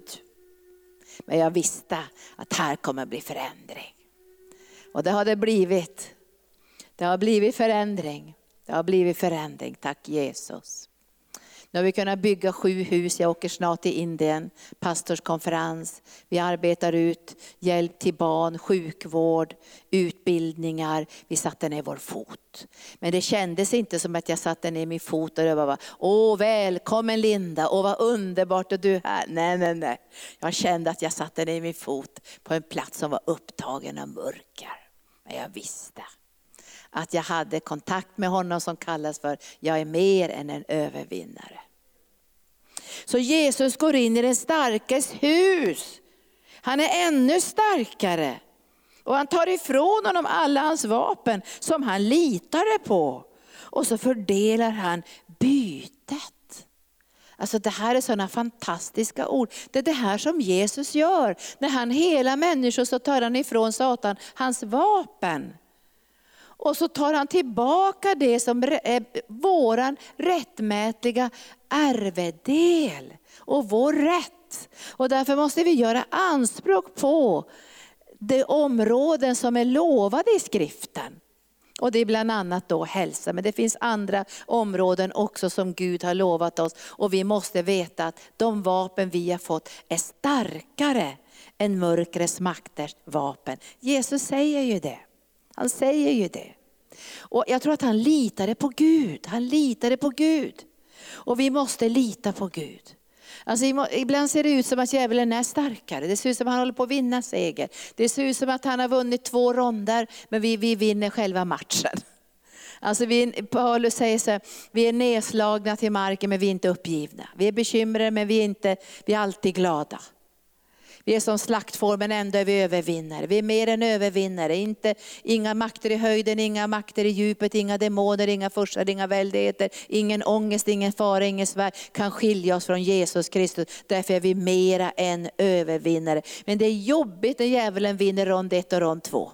Men jag visste att här kommer bli förändring. Och det har det blivit. Det har blivit förändring. Det har blivit förändring, tack Jesus. Nu har vi kunnat bygga 7 hus, jag åker snart till Indien, pastorskonferens. Vi arbetar ut hjälp till barn, sjukvård, utbildningar. Vi satte ner vår fot. Men det kändes inte som att jag satte ner min fot och det var bara, åh välkommen Linda, åh vad underbart att du är här. Nej. Jag kände att jag satte ner min fot på en plats som var upptagen av mörker. Men jag visste att jag hade kontakt med honom som kallas för, jag är mer än en övervinnare. Så Jesus går in i den starkes hus. Han är ännu starkare. Och han tar ifrån honom alla hans vapen som han litade på. Och så fördelar han bytet. Alltså det här är sådana fantastiska ord. Det är det här som Jesus gör. När han helar människor så tar han ifrån Satan hans vapen. Och så tar han tillbaka det som är våran rättmätiga arvedel och vår rätt. Och därför måste vi göra anspråk på de områden som är lovade i skriften. Och det är bland annat då hälsa, men det finns andra områden också som Gud har lovat oss. Och vi måste veta att de vapen vi har fått är starkare än mörkrets makters vapen. Jesus säger ju det. Han säger ju det. Och jag tror att han litade på Gud. Han litade på Gud. Och vi måste lita på Gud. Alltså ibland ser det ut som att djävulen är starkare. Det ser ut som att han håller på att vinna seger. Det ser ut som att han har vunnit 2 ronder, men vi vinner själva matchen. Alltså Paulus säger så här, vi är nedslagna till marken men vi är inte uppgivna. Vi är bekymrade men vi är alltid glada. Vi är som slaktfår men ändå är vi övervinnare. Vi är mer än övervinnare. Inga makter i höjden, inga makter i djupet, inga demoner, inga furstar, inga väldigheter, ingen ångest, ingen fara, ingen svärd kan skilja oss från Jesus Kristus. Därför är vi mera än övervinnare. Men det är jobbigt när djävulen vinner rond 1 och rond 2.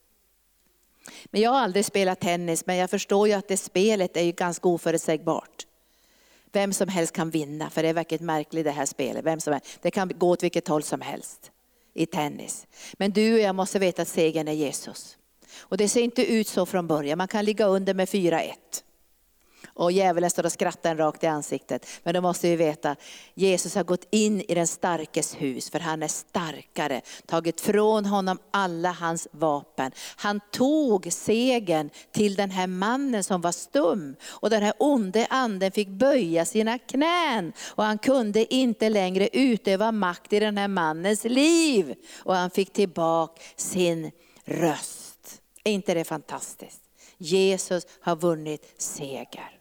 Men jag har aldrig spelat tennis, men jag förstår ju att det spelet är ju ganska oförutsägbart. Vem som helst kan vinna, för det är verkligen märkligt det här spelet. Vem som helst. Det kan gå åt vilket håll som helst i tennis. Men du och jag måste veta att segern är Jesus. Och det ser inte ut så från början. Man kan ligga under med 4-1. Och djävulen står och skrattar en rakt i ansiktet. Men då måste vi veta, Jesus har gått in i den starkes hus. För han är starkare. Tagit från honom alla hans vapen. Han tog segern till den här mannen som var stum. Och den här onde anden fick böja sina knän. Och han kunde inte längre utöva makt i den här mannens liv. Och han fick tillbaka sin röst. Är inte det fantastiskt? Jesus har vunnit seger.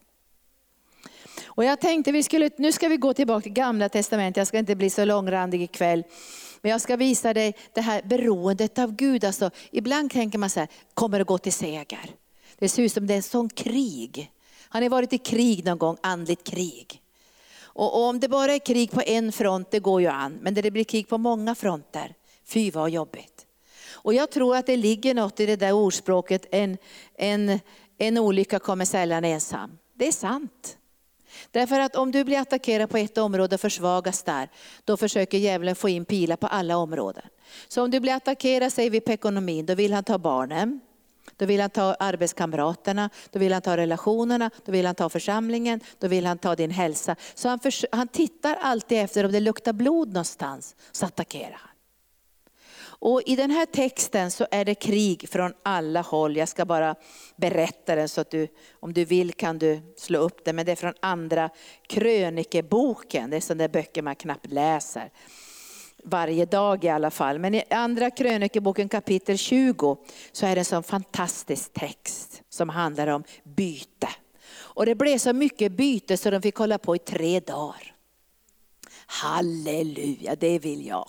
Och jag tänkte nu ska vi gå tillbaka till Gamla testamentet. Jag ska inte bli så långrandig ikväll. Men jag ska visa dig det här beroendet av Gud. Alltså, ibland tänker man så här, kommer det gå till seger? Det ser ut som det är en sån krig. Har ni varit i krig någon gång? Andligt krig. Och om det bara är krig på en front, det går ju an. Men det blir krig på många fronter. Fy vad jobbigt. Och jag tror att det ligger något i det där ordspråket. En olycka kommer sällan ensam. Det är sant. Därför att om du blir attackerad på ett område och försvagas där, då försöker djävulen få in pilar på alla områden. Så om du blir attackerad, säger vi, på ekonomin, då vill han ta barnen. Då vill han ta arbetskamraterna, då vill han ta relationerna, då vill han ta församlingen, då vill han ta din hälsa. Så han tittar alltid efter om det luktar blod någonstans, så attackerar han. Och i den här texten så är det krig från alla håll. Jag ska bara berätta den så att om du vill kan du slå upp den. Men det är från andra krönikeboken. Det är sådana böcker man knappt läser varje dag i alla fall. Men i andra krönikeboken kapitel 20 så är det en sån fantastisk text som handlar om byte. Och det blev så mycket byte så de fick hålla på i 3 dagar. Halleluja, det vill jag.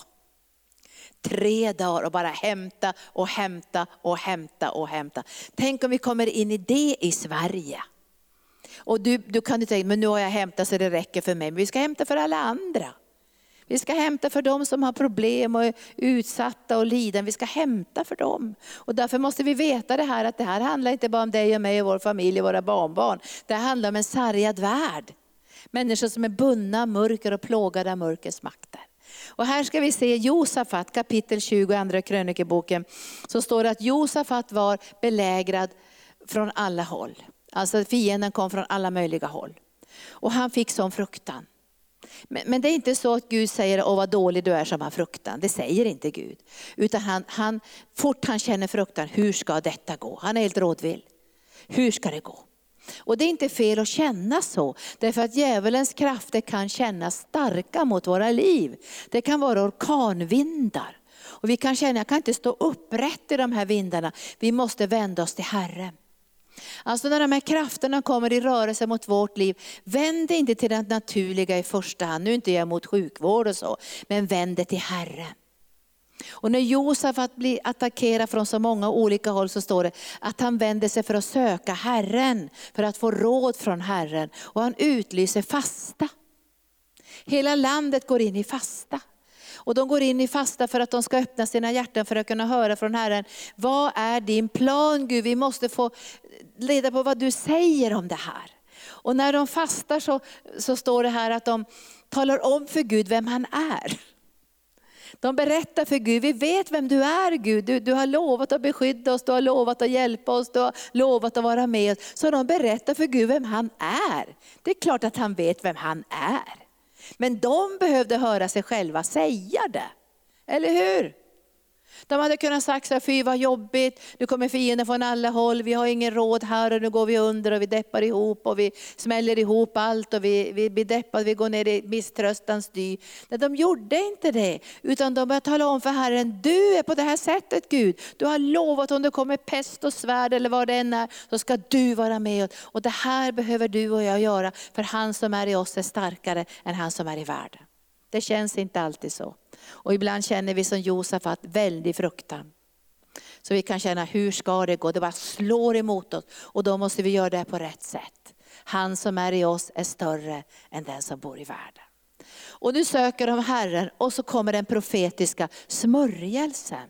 3 dagar och bara hämta och hämta och hämta och hämta. Tänk om vi kommer in i det i Sverige. Och du kan inte tänka, men nu har jag hämtat så det räcker för mig. Men vi ska hämta för alla andra. Vi ska hämta för dem som har problem och är utsatta och liden. Vi ska hämta för dem. Och därför måste vi veta det här, att det här handlar inte bara om dig och mig och vår familj och våra barnbarn. Det handlar om en sargad värld. Människor som är bundna, mörker och plågade av mörkers makter. Och här ska vi se Josafat, kapitel 20, andra krönikeboken. Så står det att Josafat var belägrad från alla håll. Alltså fienden kom från alla möjliga håll. Och han fick sån fruktan. Men det är inte så att Gud säger, åh vad dålig du är som har fruktan. Det säger inte Gud. Utan fort han känner fruktan, hur ska detta gå? Han är helt rådvill. Hur ska det gå? Och det är inte fel att känna så. Därför att djävulens krafter kan kännas starka mot våra liv. Det kan vara orkanvindar. Och vi kan känna, jag kan inte stå upprätt i de här vindarna. Vi måste vända oss till Herren. Alltså när de här krafterna kommer i rörelse mot vårt liv, vänd inte till det naturliga i första hand. Nu är inte jag emot sjukvård och så, men vänd det till Herren. Och när Josafat blir attackerad från så många olika håll så står det att han vänder sig för att söka Herren. För att få råd från Herren. Och han utlyser fasta. Hela landet går in i fasta. Och de går in i fasta för att de ska öppna sina hjärtan för att kunna höra från Herren. Vad är din plan, Gud? Vi måste få leda på vad du säger om det här. Och när de fastar så står det här att de talar om för Gud vem han är. De berättar för Gud, vi vet vem du är Gud. Du har lovat att beskydda oss, du har lovat att hjälpa oss, du har lovat att vara med oss. Så de berättar för Gud vem han är. Det är klart att han vet vem han är. Men de behövde höra sig själva säga det. Eller hur? De hade kunnat sagt så här, fy vad jobbigt, nu kommer fienden från alla håll, vi har ingen råd här och nu går vi under och vi deppar ihop och vi smäller ihop allt och vi blir deppade, vi går ner i misströstans dy. Men de gjorde inte det, utan de började tala om för Herren, du är på det här sättet Gud, du har lovat om det kommer pest och svärd eller vad det än är, så ska du vara med oss. Och det här behöver du och jag göra, för han som är i oss är starkare än han som är i världen. Det känns inte alltid så. Och ibland känner vi som Josafat väldigt fruktan. Så vi kan känna, hur ska det gå? Det bara slår emot oss. Och då måste vi göra det på rätt sätt. Han som är i oss är större än den som bor i världen. Och nu söker de Herren och så kommer den profetiska smörjelsen.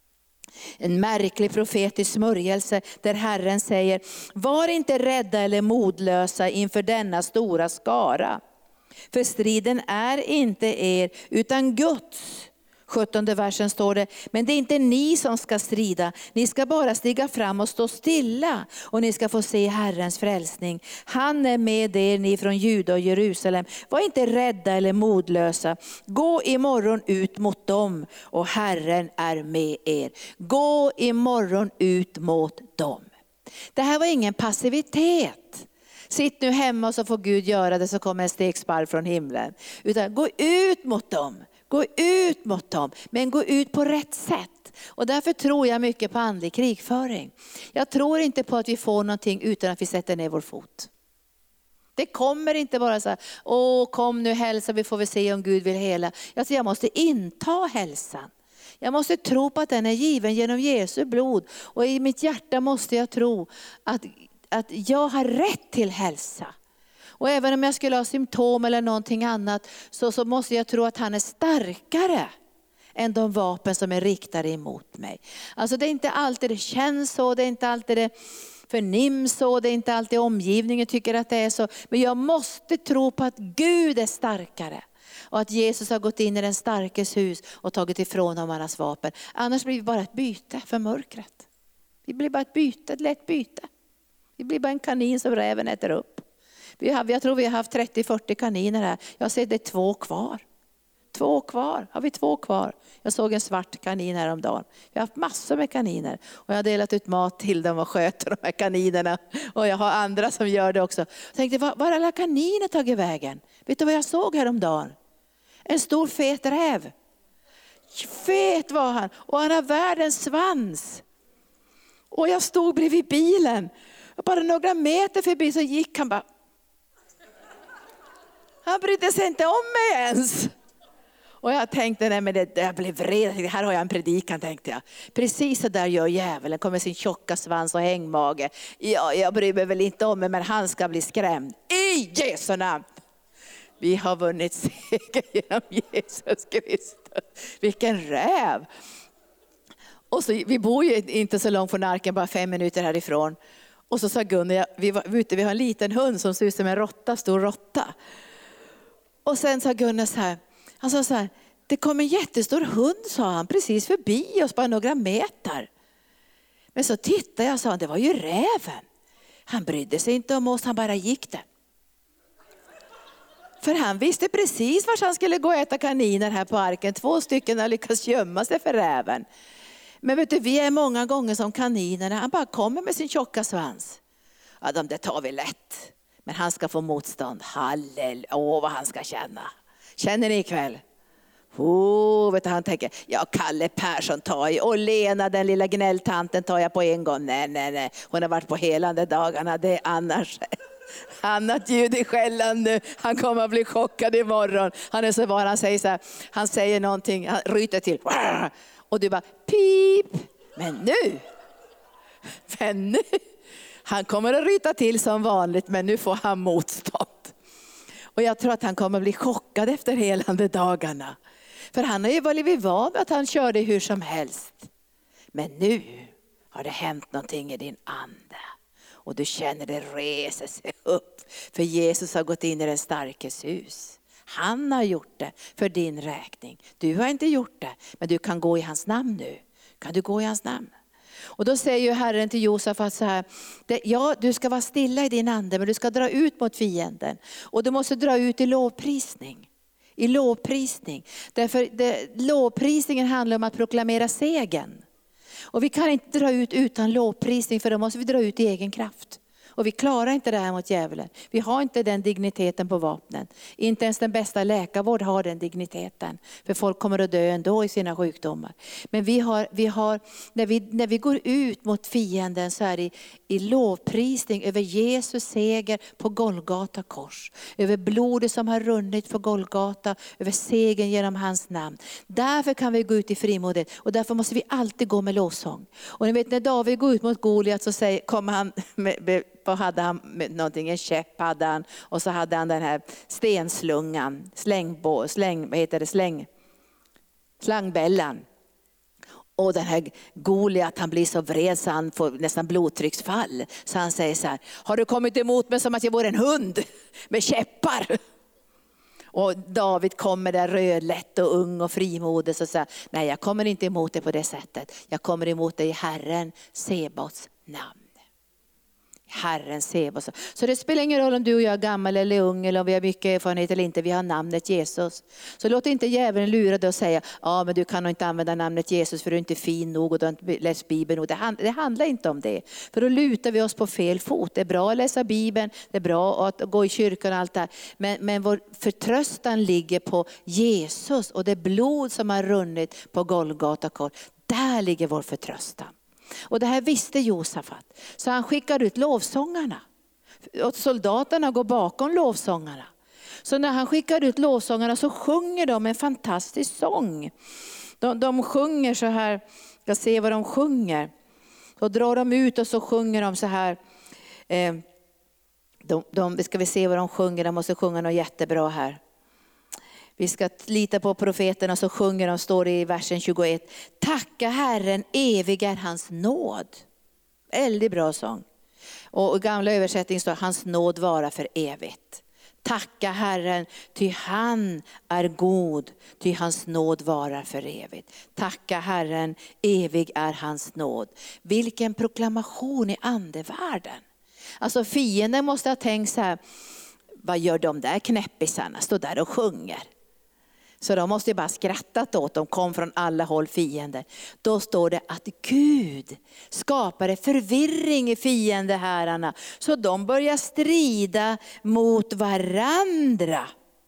En märklig profetisk smörjelse där Herren säger, var inte rädda eller modlösa inför denna stora skara. För striden är inte er utan Guds. 17:e versen står det, men det är inte ni som ska strida. Ni ska bara stiga fram och stå stilla. Och ni ska få se Herrens frälsning. Han är med er, ni från Juda och Jerusalem. Var inte rädda eller modlösa. Gå imorgon ut mot dem och Herren är med er. Gå imorgon ut mot dem. Det här var ingen passivitet. Sitt nu hemma och så får Gud göra det, så kommer en stegsparv från himlen. Utan gå ut mot dem. Gå ut mot dem, men gå ut på rätt sätt. Och därför tror jag mycket på andlig krigföring. Jag tror inte på att vi får någonting utan att vi sätter ner vår fot. Det kommer inte bara så här, kom nu hälsa, vi får väl se om Gud vill hela. Jag måste inta hälsan. Jag måste tro på att den är given genom Jesu blod. Och i mitt hjärta måste jag tro att jag har rätt till hälsa. Och även om jag skulle ha symptom eller någonting annat, så måste jag tro att han är starkare än de vapen som är riktade emot mig. Alltså det är inte alltid det känns så, det är inte alltid det förnims så, det är inte alltid omgivningen tycker att det är så. Men jag måste tro på att Gud är starkare. Och att Jesus har gått in i den starkes hus och tagit ifrån honom hans vapen. Annars blir vi bara ett byte för mörkret. Vi blir bara ett lätt byte. Vi blir bara en kanin som räven äter upp. Jag tror vi har haft 30-40 kaniner här. Jag ser det är 2 kvar. 2 kvar. Har vi 2 kvar? Jag såg en svart kanin häromdagen. Jag har haft massor med kaniner. Och jag har delat ut mat till dem och sköter de här kaninerna. Och jag har andra som gör det också. Jag tänkte, var alla kaniner tagit vägen? Vet du vad jag såg häromdagen? En stor fet räv. Fet var han. Och han har världens svans. Och jag stod bredvid bilen. Och bara några meter förbi så gick han bara. Han brydde sig inte om mig ens. Och jag tänkte, nej men jag blev vred. Här har jag en predikan, tänkte jag. Precis så där gör djävulen. Kommer sin tjocka svans och hängmage. Ja, jag bryr mig väl inte om mig, men han ska bli skrämd. I Jesu namn. Vi har vunnit seger genom Jesus Kristus. Vilken räv. Och så, vi bor ju inte så långt från arken, bara 5 minuter härifrån. Och så sa Gunnar, vi har en liten hund som ser ut som en råtta, stor råtta. Och sen sa Gunnar så här, han sa så här, det kom en jättestor hund, sa han, precis förbi oss, bara några meter. Men så tittade jag och sa, det var ju räven. Han brydde sig inte om oss, han bara gick det. För han visste precis var han skulle gå och äta kaniner här på arken. 2 stycken har lyckats gömma sig för räven. Men vet du, vi är många gånger som kaninerna. Han bara kommer med sin tjocka svans. Ja, det tar vi lätt. Men han ska få motstånd. Halleluja, vad han ska känna. Känner ni ikväll? Vet du, han tänker, ja, Kalle Persson tar jag. Och Lena, den lilla gnälltanten, tar jag på en gång. Nej. Hon har varit på helande dagarna. Det är annars. Annat ljud i skällan nu. Han kommer att bli chockad imorgon. Han är så var, han säger så här. Han säger någonting, han ryter till. Och du bara, pip. Men nu. Han kommer att ryta till som vanligt, men nu får han motstånd. Och jag tror att han kommer att bli chockad efter helande dagarna. För han har ju varit van att han körde hur som helst. Men nu har det hänt någonting i din ande. Och du känner det reser sig upp. För Jesus har gått in i den starkes hus. Han har gjort det för din räkning. Du har inte gjort det, men du kan gå i hans namn nu. Kan du gå i hans namn? Och då säger ju Herren till Josafat så här, ja, du ska vara stilla i din ande, men du ska dra ut mot fienden. Och du måste dra ut i lovprisning. I lovprisning. Därför lovprisningen handlar om att proklamera segern. Och vi kan inte dra ut utan lovprisning, för då måste vi dra ut i egen kraft. Och vi klarar inte det här mot djävulen. Vi har inte den digniteten på vapnen. Inte ens den bästa läkarvård har den digniteten. För folk kommer att dö ändå i sina sjukdomar. Men när vi går ut mot fienden så är det i lovprisning över Jesus seger på Golgata kors. Över blodet som har runnit på Golgata, över segern genom hans namn. Därför kan vi gå ut i frimodighet och därför måste vi alltid gå med lovsång. Och ni vet när David går ut mot Goliat så kommer han vad hade han med någonting, en käpp hade han och så hade han den här stenslungan, slangbällan. Och den här Goliat, han blir så vred så han får nästan blodtrycksfall. Så han säger så här: har du kommit emot mig som att jag vore en hund med käppar? Och David kommer där rödlätt och ung och frimodig och säger: nej, jag kommer inte emot dig på det sättet. Jag kommer emot dig i Herren Sebaots namn. Herren Sebaot. Så det spelar ingen roll om du och jag är gammal eller ung eller om vi har mycket erfarenhet eller inte. Vi har namnet Jesus. Så låt inte djävulen lura dig och säga: ja, men du kan nog inte använda namnet Jesus för du är inte fin nog och du har inte läst Bibeln nog. Det handlar inte om det. För då lutar vi oss på fel fot. Det är bra att läsa Bibeln, det är bra att gå i kyrkan och allt det här. Men vår förtröstan ligger på Jesus och det blod som har runnit på Golgata kors. Där ligger vår förtröstan. Och det här visste Josafat. Så han skickar ut lovsångarna. Och soldaterna går bakom lovsångarna. Så när han skickar ut lovsångarna så sjunger de en fantastisk sång. De sjunger så här. Jag ser vad de sjunger. Så drar de ut och så sjunger de så här. Ska vi se vad de sjunger. De måste sjunga något jättebra här. Vi ska lita på profeterna, så sjunger de, står det i versen 21. Tacka Herren, evig är hans nåd. Väldigt bra sång. Och i gamla översättning står hans nåd vara för evigt. Tacka Herren, ty han är god, ty hans nåd varar för evigt. Tacka Herren, evig är hans nåd. Vilken proklamation i andevärlden. Alltså fienden måste ha tänkt så här: vad gör de där knäppisarna? Står där och sjunger. Så de måste ju bara skrattat åt, de kom från alla håll fiender. Då står det att Gud skapade förvirring i fiendehärarna. Så de börjar strida mot varandra.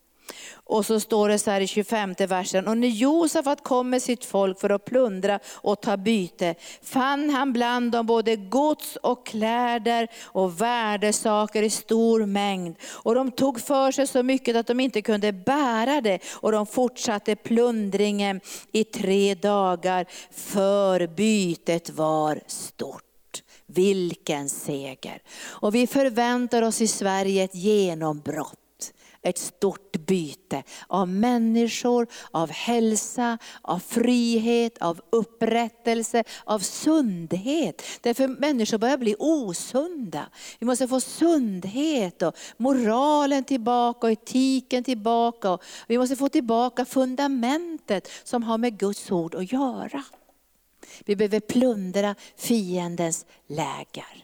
Och så står det så här i 25:e versen. Och när Josafat kom med sitt folk för att plundra och ta byte, fann han bland dem både gods och kläder och värdesaker i stor mängd. Och de tog för sig så mycket att de inte kunde bära det. Och de fortsatte plundringen i 3 dagar, för bytet var stort. Vilken seger! Och vi förväntar oss i Sverige ett genombrott. Ett stort byte av människor, av hälsa, av frihet, av upprättelse, av sundhet. Därför människor börjar bli osunda. Vi måste få sundhet och moralen tillbaka och etiken tillbaka. Och vi måste få tillbaka fundamentet som har med Guds ord att göra. Vi behöver plundra fiendens läger.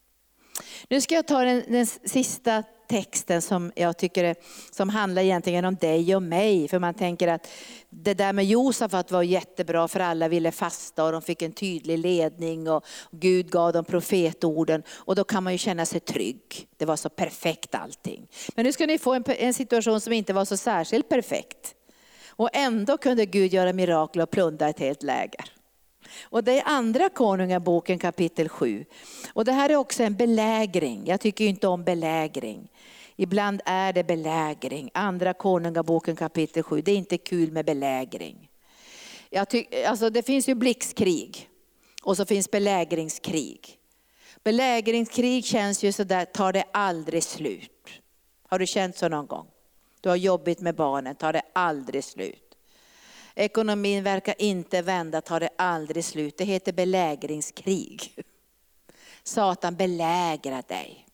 Nu ska jag ta den sista texten som jag tycker som handlar egentligen om dig och mig. För man tänker att det där med Josafat var jättebra, för alla ville fasta och de fick en tydlig ledning och Gud gav dem profetorden. Och då kan man ju känna sig trygg. Det var så perfekt allting. Men nu ska ni få en situation som inte var så särskilt perfekt. Och ändå kunde Gud göra mirakel och plundra ett helt läger. Och det är andra konungaboken kapitel 7. Och det här är också en belägring. Jag tycker inte om belägring. Ibland är det belägring. Andra konungaboken kapitel 7. Det är inte kul med belägring. Alltså det finns ju blixtkrig. Och så finns belägringskrig. Belägringskrig känns ju så där, tar det aldrig slut. Har du känt så någon gång? Du har jobbigt med barnen, tar det aldrig slut. Ekonomin verkar inte vända, tar det aldrig slut. Det heter belägringskrig. Satan belägrar dig.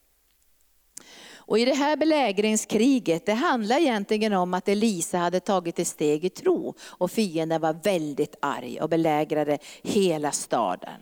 Och i det här belägringskriget, det handlar egentligen om att Elisa hade tagit ett steg i tro. Och fienden var väldigt arg och belägrade hela staden.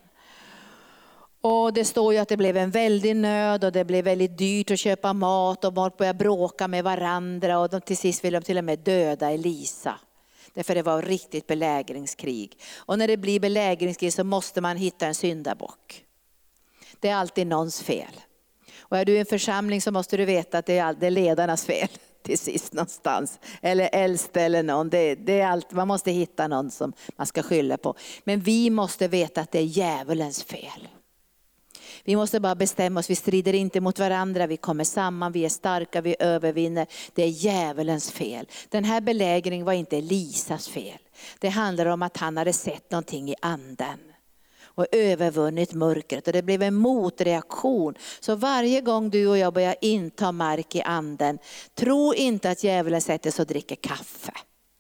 Och det står ju att det blev en väldig nöd och det blev väldigt dyrt att köpa mat. Och folk började bråka med varandra och till sist ville de till och med döda Elisa. Därför det var riktigt belägringskrig. Och när det blir belägringskrig så måste man hitta en syndabock. Det är alltid någons fel. Och är du i en församling så måste du veta att det är ledarnas fel till sist någonstans. Eller äldste eller någon. Det är allt. Man måste hitta någon som man ska skylla på. Men vi måste veta att det är djävulens fel. Vi måste bara bestämma oss, vi strider inte mot varandra, vi kommer samman, vi är starka, vi övervinner. Det är djävulens fel. Den här belägringen var inte Elisas fel. Det handlar om att han hade sett någonting i anden. Och övervunnit mörkret. Och det blev en motreaktion. Så varje gång du och jag börjar inta mark i anden, tro inte att djävulen sätter sig och dricker kaffe.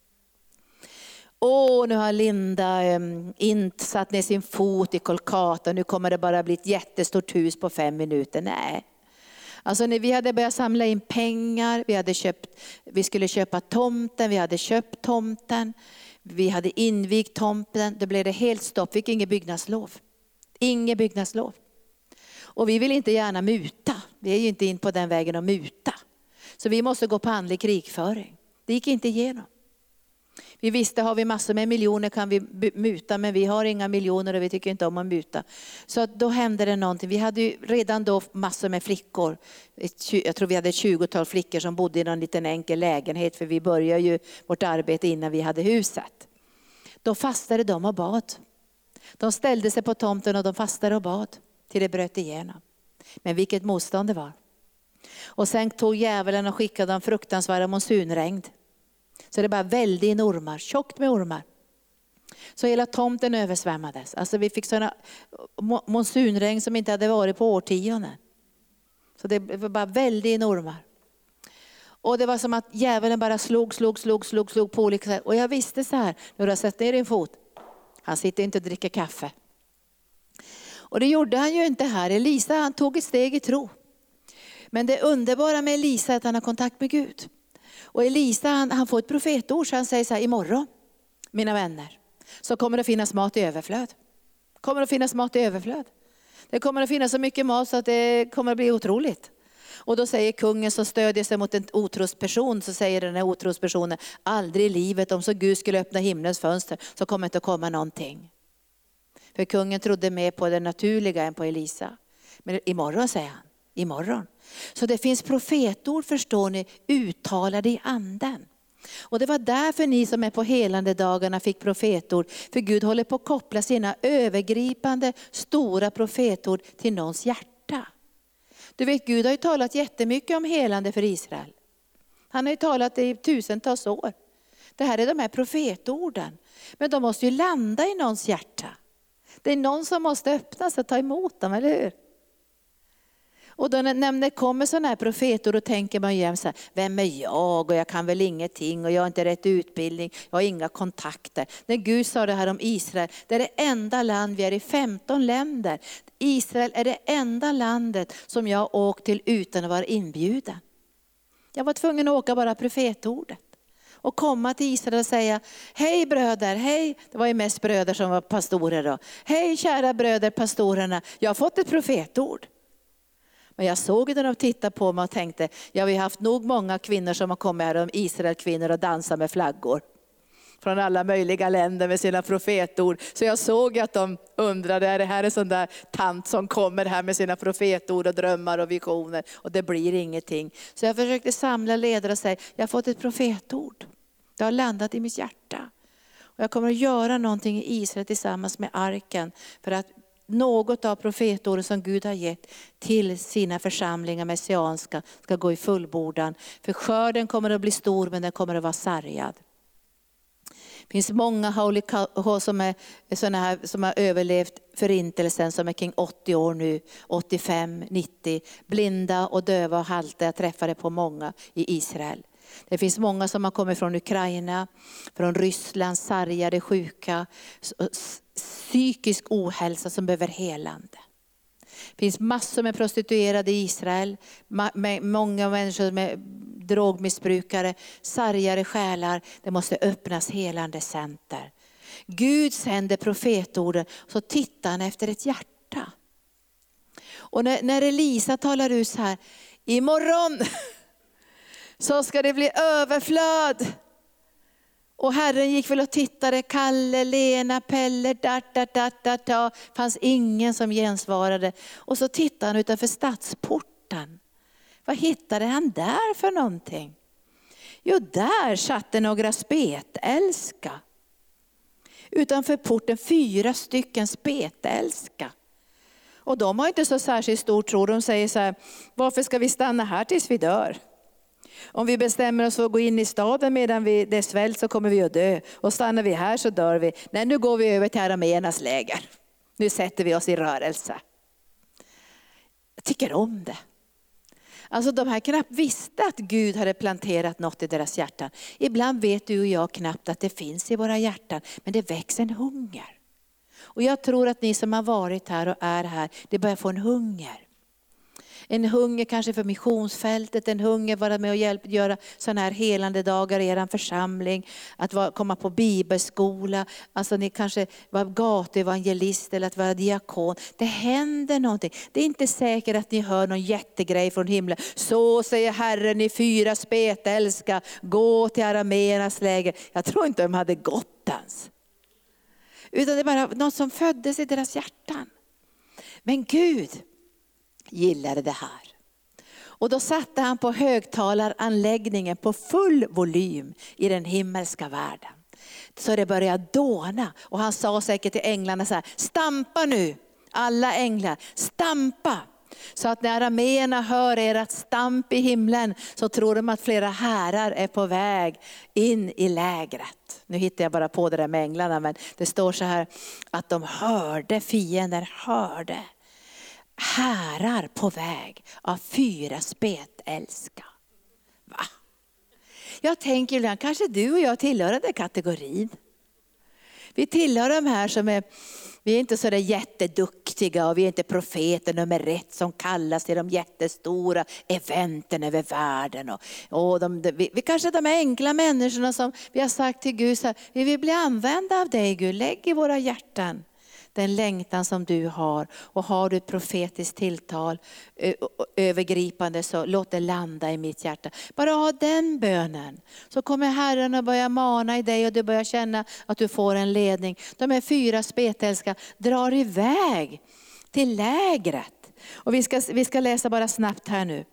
Nu har Linda satt ner sin fot i Kolkata. Nu kommer det bara bli ett jättestort hus på 5 minuter. Nej. Alltså när vi hade börjat samla in pengar. Vi skulle köpa tomten. Vi hade köpt tomten. Vi hade invigt tomten. Då blev det helt stopp. Vi fick inget byggnadslov. Inget byggnadslov. Och vi vill inte gärna muta. Vi är ju inte in på den vägen att muta. Så vi måste gå på andlig krigföring. Det gick inte igenom. Vi visste, har vi massor med miljoner kan vi muta, men vi har inga miljoner och vi tycker inte om att muta. Så då hände det någonting. Vi hade ju redan då massor med flickor. Jag tror vi hade 20-tal flickor som bodde i någon liten enkel lägenhet, för vi började ju vårt arbete innan vi hade huset. Då fastade de och bad. De ställde sig på tomten och de fastade och bad till det bröt igenom. Men vilket motstånd det var. Och sen tog djävulen och skickade en fruktansvärda monsunregn. Så det bara välde in ormar, tjockt med ormar. Så hela tomten översvämmades. Alltså vi fick sådana monsunregn som inte hade varit på årtionden. Så det var bara välde in ormar. Och det var som att djävulen bara slog på olika sätt. Och jag visste så här, när du har sett ner din fot. Han sitter inte och dricker kaffe. Och det gjorde han ju inte här. Elisa, han tog ett steg i tro. Men det underbara med Elisa är att han har kontakt med Gud. Och Elisa han får ett profetord, så han säger så här: imorgon, mina vänner, så kommer det finnas mat i överflöd. Kommer att finnas mat i överflöd. Det kommer att finnas så mycket mat så att det kommer att bli otroligt. Och då säger kungen som stödjer sig mot en otrosperson, så säger den här otrospersonen: aldrig i livet, om så Gud skulle öppna himlens fönster så kommer inte att komma någonting. För kungen trodde mer på det naturliga än på Elisa. Men imorgon, säger han, imorgon. Så det finns profetord, förstår ni, uttalade i anden. Och det var därför ni som är på helande dagarna fick profetord. För Gud håller på att koppla sina övergripande stora profetord till någons hjärta. Du vet, Gud har ju talat jättemycket om helande för Israel. Han har ju talat i tusentals år. Det här är de här profetorden. Men de måste ju landa i någons hjärta. Det är någon som måste öppna sig och ta emot dem, eller hur? Och då när det kommer sådana här profeter, då tänker man ju så här: vem är jag? Och jag kan väl ingenting och jag har inte rätt utbildning. Jag har inga kontakter. När Gud sa det här om Israel, det är det enda land, vi är i 15 länder. Israel är det enda landet som jag åkt till utan att vara inbjuden. Jag var tvungen att åka bara profetordet. Och komma till Israel och säga: hej bröder, hej. Det var ju mest bröder som var pastorer då. Hej kära bröder, pastorerna. Jag har fått ett profetord. Men jag såg när de tittade på mig och tänkte: ja, vi har haft nog många kvinnor som har kommit här, om Israel kvinnor, och dansar med flaggor. Från alla möjliga länder med sina profetord. Så jag såg att de undrade: är det här en sån där tant som kommer här med sina profetord och drömmar och visioner? Och det blir ingenting. Så jag försökte samla ledare och säga: jag har fått ett profetord. Det har landat i mitt hjärta. Och jag kommer att göra någonting i Israel tillsammans med arken. För att något av profetordet som Gud har gett till sina församlingar messianska ska gå i fullbordan. För skörden kommer att bli stor, men den kommer att vara sargad. Det finns många som är såna här som har överlevt förintelsen, som är kring 80 år nu, 85, 90, blinda och döva och halta. Jag träffade på många i Israel. Det finns många som har kommit från Ukraina, från Ryssland, sargade, sjuka, psykisk ohälsa som behöver helande. Det finns massor med prostituerade i Israel, många människor med drogmissbrukare, sargade själar. Det måste öppnas helande center. Gud sänder profetorden, så tittar han efter ett hjärta. Och när Elisa talar ut så här: imorgon så ska det bli överflöd. Och Herren gick väl och tittade, Kalle, Lena, Pelle, fanns ingen som gensvarade. Och så tittade han utanför stadsporten. hjärtan. Vad hittade han där för någonting? Jo, där satt några spetälska. Utanför porten 4 stycken spetälska. Och de har inte så särskilt stor tro. De säger så här: varför ska vi stanna här tills vi dör? Om vi bestämmer oss för att gå in i staden medan det är svält så kommer vi att dö. Och stannar vi här så dör vi. Nej, nu går vi över till arameernas läger. Nu sätter vi oss i rörelse. Jag tycker om det. Alltså de här knappt visste att Gud hade planterat något i deras hjärtan. Ibland vet du och jag knappt att det finns i våra hjärtan. Men det växer en hunger. Och jag tror att ni som har varit här och är här, det börjar få en hunger. En hunger kanske för missionsfältet, en hunger vara med och göra sådana här helande dagar i er församling. Att komma på bibelskola, alltså ni kanske var gatuevangelist eller att vara diakon. Det händer någonting. Det är inte säkert att ni hör någon jättegrej från himlen. Så säger Herren, ni 4 spetälska, gå till arameernas läger. Jag tror inte de hade gått ens. Utan det är bara något som föddes i deras hjärtan. Men Gud gillade det här. Och då satte han på högtalaranläggningen på full volym i den himmelska världen. Så det började dåna. Och han sa säkert till änglarna så här: stampa nu, alla änglar, stampa. Så att när arameerna hör ert stamp i himlen så tror de att flera herrar är på väg in i lägret. Nu hittar jag bara på det där med änglarna, men det står så här att de hörde, fiender hörde. Herrar på väg av 4 spetälska. Va? Jag tänker ibland, kanske du och jag tillhör den kategorin. Vi tillhör de här som vi är inte så där jätteduktiga och vi är inte profeter nummer 1 som kallas till de jättestora eventen över världen. Vi kanske är de enkla människorna som vi har sagt till Gud, så här, vi vill bli använda av dig Gud, lägg i våra hjärtan den längtan som du har. Och har du ett profetiskt tilltal övergripande så låt det landa i mitt hjärta. Bara ha den bönen. Så kommer Herren att börja mana i dig och du börjar känna att du får en ledning. De här 4 spetälska drar iväg till lägret. Och vi ska läsa bara snabbt här nu.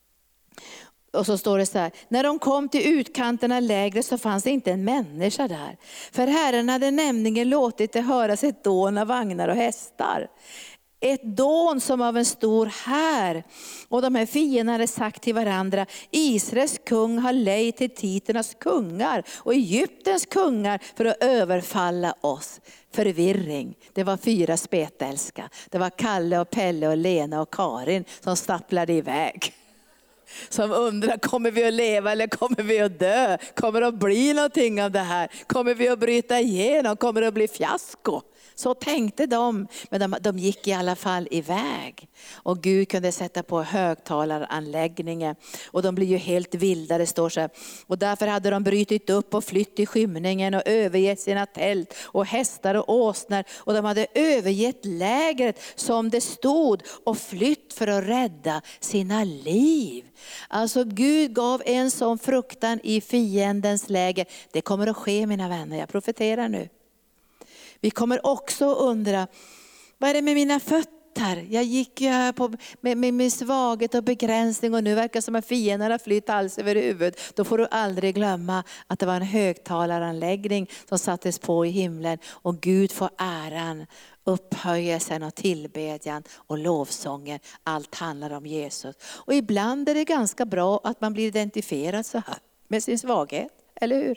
Och så står det så här: när de kom till utkanterna lägret så fanns det inte en människa där. För Herren hade nämligen låtit det höras ett dån av vagnar och hästar. Ett dån som av en stor här. Och de här fienderna hade sagt till varandra: Israels kung har lejt till Titernas kungar och Egyptens kungar för att överfalla oss. Förvirring. Det var 4 spetälska. Det var Kalle och Pelle och Lena och Karin som stapplade iväg. Som undrar, kommer vi att leva eller kommer vi att dö? Kommer det att bli någonting av det här? Kommer vi att bryta igenom? Kommer det att bli fiasko? Så tänkte de, men de gick i alla fall iväg. Och Gud kunde sätta på högtalaranläggningen. Och de blir ju helt vilda, det står så här. Och därför hade de brytit upp och flytt i skymningen och övergett sina tält och hästar och åsnar. Och de hade övergett lägret som det stod och flytt för att rädda sina liv. Alltså Gud gav en sån fruktan i fiendens läger. Det kommer att ske, mina vänner, jag profeterar nu. Vi kommer också undra, vad är det med mina fötter? Jag gick ju här med svaghet och begränsning och nu verkar det som att fienden har flytt hals över huvud. Då får du aldrig glömma att det var en högtalaranläggning som sattes på i himlen. Och Gud får äran, upphöjelsen och tillbedjan och lovsången. Allt handlar om Jesus. Och ibland är det ganska bra att man blir identifierad så här med sin svaghet, eller hur?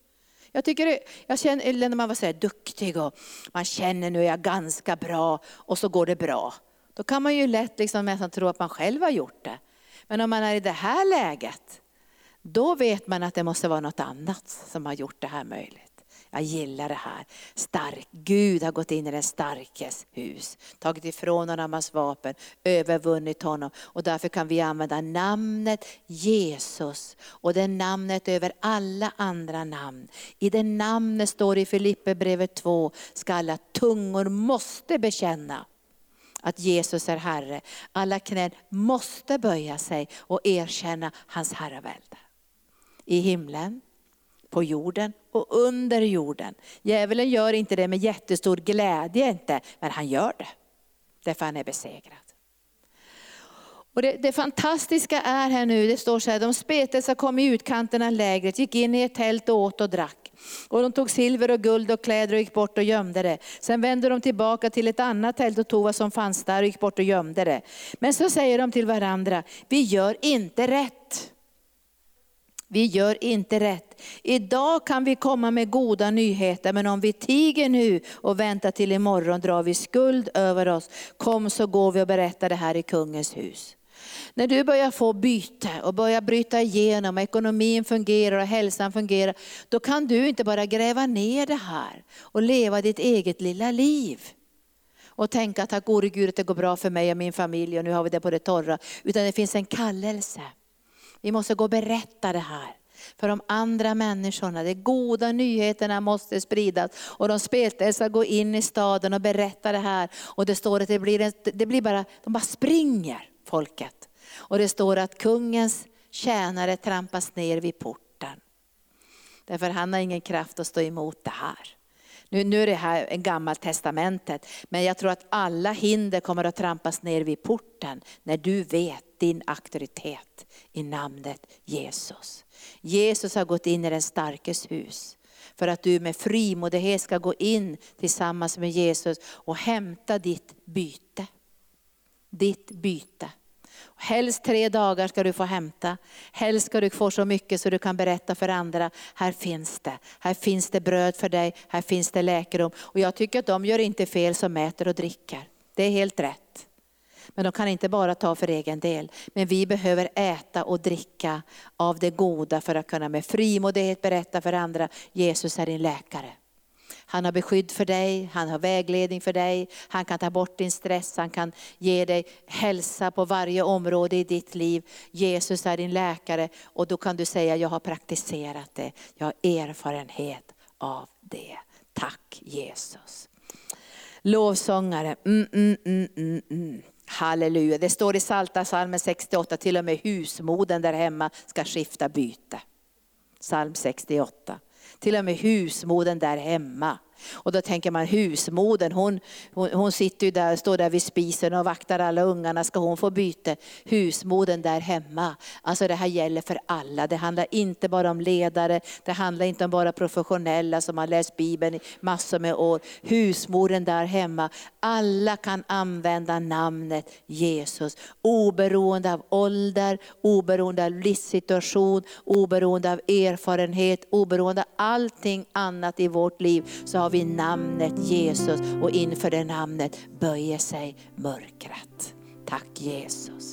Jag känner när man var så här duktig och man känner nu är jag ganska bra och så går det bra. Då kan man ju lätt nästan tro att man själv har gjort det. Men om man är i det här läget, då vet man att det måste vara något annat som har gjort det här möjligt. Jag gillar det här. Stark. Gud har gått in i den starkes hus. Tagit ifrån honom hans vapen. Övervunnit honom. Och därför kan vi använda namnet Jesus. Och det namnet över alla andra namn. I det namnet står i Filipperbrevet 2. Ska alla tungor måste bekänna att Jesus är Herre. Alla knän måste böja sig och erkänna hans herravälde. I himlen, på jorden och under jorden. Djävulen gör inte det med jättestor glädje inte, men han gör det. Därför han är besegrad. Och det fantastiska är här nu, det står så här, de spetälska kom i utkanten av lägret, gick in i ett tält och åt och drack. Och de tog silver och guld och kläder och gick bort och gömde det. Sen vände de tillbaka till ett annat tält och tog vad som fanns där och gick bort och gömde det. Men så säger de till varandra, vi gör inte rätt. Vi gör inte rätt. Idag kan vi komma med goda nyheter, men om vi tiger nu och väntar till imorgon drar vi skuld över oss. Kom så går vi och berättar det här i kungens hus. När du börjar få byte och börjar bryta igenom, ekonomin fungerar och hälsan fungerar, då kan du inte bara gräva ner det här och leva ditt eget lilla liv. Och tänka att tack gode Gud att det går bra för mig och min familj och nu har vi det på det torra. Utan det finns en kallelse. Vi måste gå och berätta det här för de andra människorna. De goda nyheterna måste spridas. Och de spetälska gå in i staden och berätta det här. Och det står att det blir bara, de bara springer folket. Och det står att kungens tjänare trampas ner vid porten. Därför han har ingen kraft att stå emot det här. Nu är det här en gammal testamentet. Men jag tror att alla hinder kommer att trampas ner vid porten. När du vet din auktoritet i namnet Jesus. Jesus har gått in i den starkes hus. För att du med frimodighet ska gå in tillsammans med Jesus. Och hämta ditt byte. Ditt byte. Helst 3 dagar ska du få hämta. Helst ska du få så mycket så du kan berätta för andra. Här finns det. Här finns det bröd för dig. Här finns det läkedom. Och jag tycker att de gör inte fel som äter och dricker. Det är helt rätt. Men de kan inte bara ta för egen del. Men vi behöver äta och dricka av det goda för att kunna med frimodighet berätta för andra. Jesus är din läkare. Han har beskydd för dig, han har vägledning för dig, han kan ta bort din stress, han kan ge dig hälsa på varje område i ditt liv. Jesus är din läkare och då kan du säga jag har praktiserat det, jag har erfarenhet av det. Tack Jesus. Lovsångare, halleluja. Det står i Psaltarpsalmen 68, till och med husmoden där hemma ska skifta byte. Psalm 68. Till och med husmoden där hemma. Och då tänker man husmoden, hon sitter ju där, står där vid spisen och vaktar alla ungarna. Ska hon få byte? Husmoden där hemma. Alltså det här gäller för alla. Det handlar inte bara om ledare. Det handlar inte om bara professionella som har läst Bibeln i massor med år. Husmoden där hemma. Alla kan använda namnet Jesus. Oberoende av ålder, oberoende av livssituation, oberoende av erfarenhet, oberoende av allting annat i vårt liv. Så har vi namnet Jesus och inför det namnet böjer sig mörkret. Tack Jesus.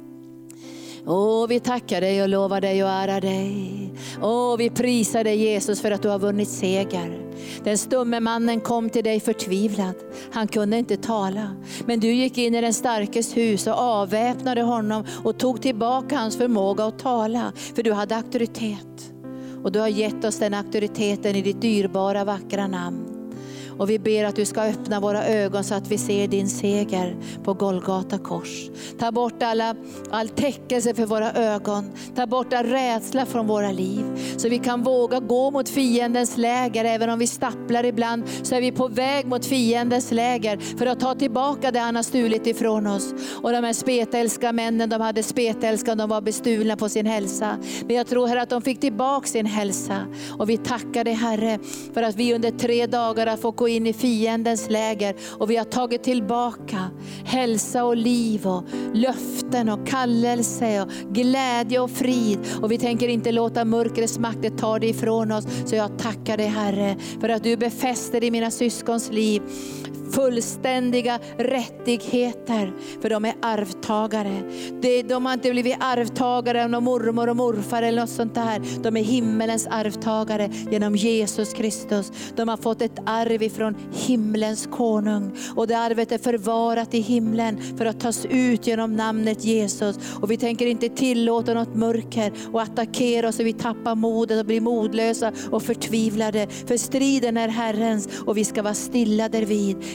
Vi tackar dig och lovar dig och ärar dig. Vi prisar dig Jesus för att du har vunnit seger. Den stumme mannen kom till dig förtvivlad. Han kunde inte tala. Men du gick in i den starkes hus och avväpnade honom och tog tillbaka hans förmåga att tala. För du hade auktoritet. Och du har gett oss den auktoriteten i ditt dyrbara vackra namn. Och vi ber att du ska öppna våra ögon så att vi ser din seger på Golgata kors. Ta bort all täckelse för våra ögon. Ta bort all rädsla från våra liv. Så vi kan våga gå mot fiendens läger. Även om vi stapplar ibland så är vi på väg mot fiendens läger. För att ta tillbaka det han har stulit ifrån oss. Och de här spetälska männen, de hade spetälska och de var bestulna på sin hälsa. Men jag tror Herre att de fick tillbaka sin hälsa. Och vi tackar dig Herre för att vi under 3 dagar har fått gå in i fiendens läger och vi har tagit tillbaka hälsa och liv och löften och kallelse och glädje och frid, och vi tänker inte låta mörkrets makt ta det ifrån oss. Så jag tackar dig Herre för att du befäster i mina syskons liv fullständiga rättigheter, för de är arvtagare. De har inte blivit arvtagare av någon mormor och morfar eller något sånt där. De är himmelens arvtagare genom Jesus Kristus. De har fått ett arv ifrån himlens konung, och det arvet är förvarat i himlen för att tas ut genom namnet Jesus. Och vi tänker inte tillåta något mörker och attackera oss så vi tappar modet och blir modlösa och förtvivlade. För striden är Herrens och vi ska vara stilla därvid.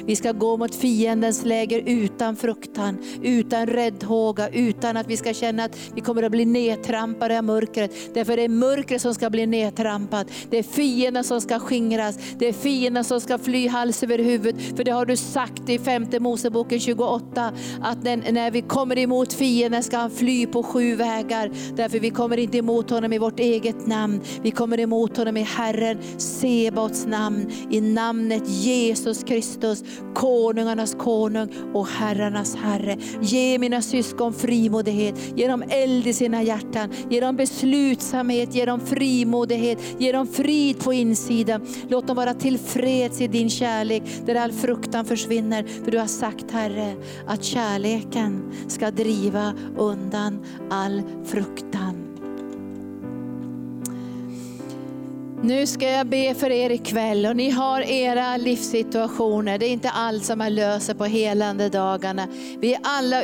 Vi ska gå mot fiendens läger utan fruktan, utan räddhåga, utan att vi ska känna att vi kommer att bli nedtrampade av mörkret. Därför det är mörkret som ska bli nedtrampat. Det är fienden som ska skingras. Det är fienden som ska fly hals över huvud. För det har du sagt i 5:e Moseboken 28. Att när vi kommer emot fienden ska han fly på 7 vägar. Därför vi kommer inte emot honom i vårt eget namn. Vi kommer emot honom i Herren Sebaots namn. I namnet Jesus Kristus, konungarnas konung och herrarnas herre. Ge mina syskon frimodighet. Ge dem eld i sina hjärtan. Ge dem beslutsamhet. Ge dem frimodighet. Ge dem frid på insidan. Låt dem vara tillfreds i din kärlek. Där all fruktan försvinner. För du har sagt, Herre, att kärleken ska driva undan all fruktan. Nu ska jag be för er ikväll, och ni har era livssituationer. Det är inte allt som man löser på helande dagarna. Vi är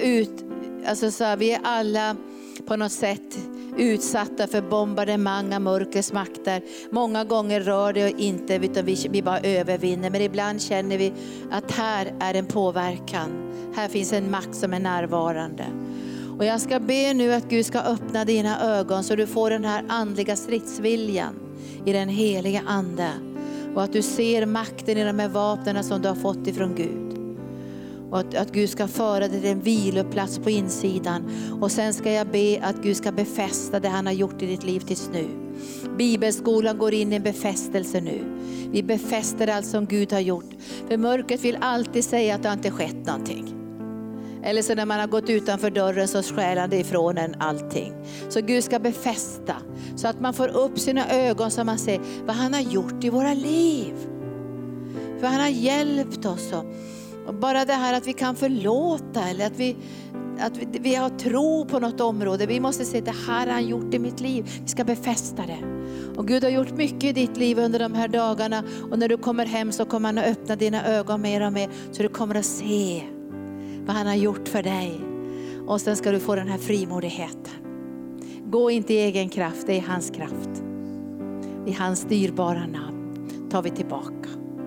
alla på något sätt utsatta för bombardemang av mörkrets makter. Många gånger rör det inte, utan vi bara övervinner. Men ibland känner vi att här är en påverkan. Här finns en makt som är närvarande. Och jag ska be nu att Gud ska öppna dina ögon så du får den här andliga stridsviljan i den heliga ande. Och att du ser makten i de här vapnen som du har fått ifrån Gud. Och att Gud ska föra dig till en viloplats på insidan. Och sen ska jag be att Gud ska befästa det han har gjort i ditt liv tills nu. Bibelskolan går in i en befästelse nu. Vi befäster allt som Gud har gjort. För mörkret vill alltid säga att det inte skett någonting. Eller så när man har gått utanför dörren så stjäl han det ifrån en allting. Så Gud ska befästa. Så att man får upp sina ögon så man ser vad han har gjort i våra liv. För han har hjälpt oss. Och bara det här att vi kan förlåta. Eller att vi har tro på något område. Vi måste se det här har han gjort i mitt liv. Vi ska befästa det. Och Gud har gjort mycket i ditt liv under de här dagarna. Och när du kommer hem så kommer han att öppna dina ögon mer och mer. Så du kommer att se vad han har gjort för dig. Och sen ska du få den här frimodigheten. Gå inte i egen kraft, det är hans kraft. I hans dyrbara namn tar vi tillbaka.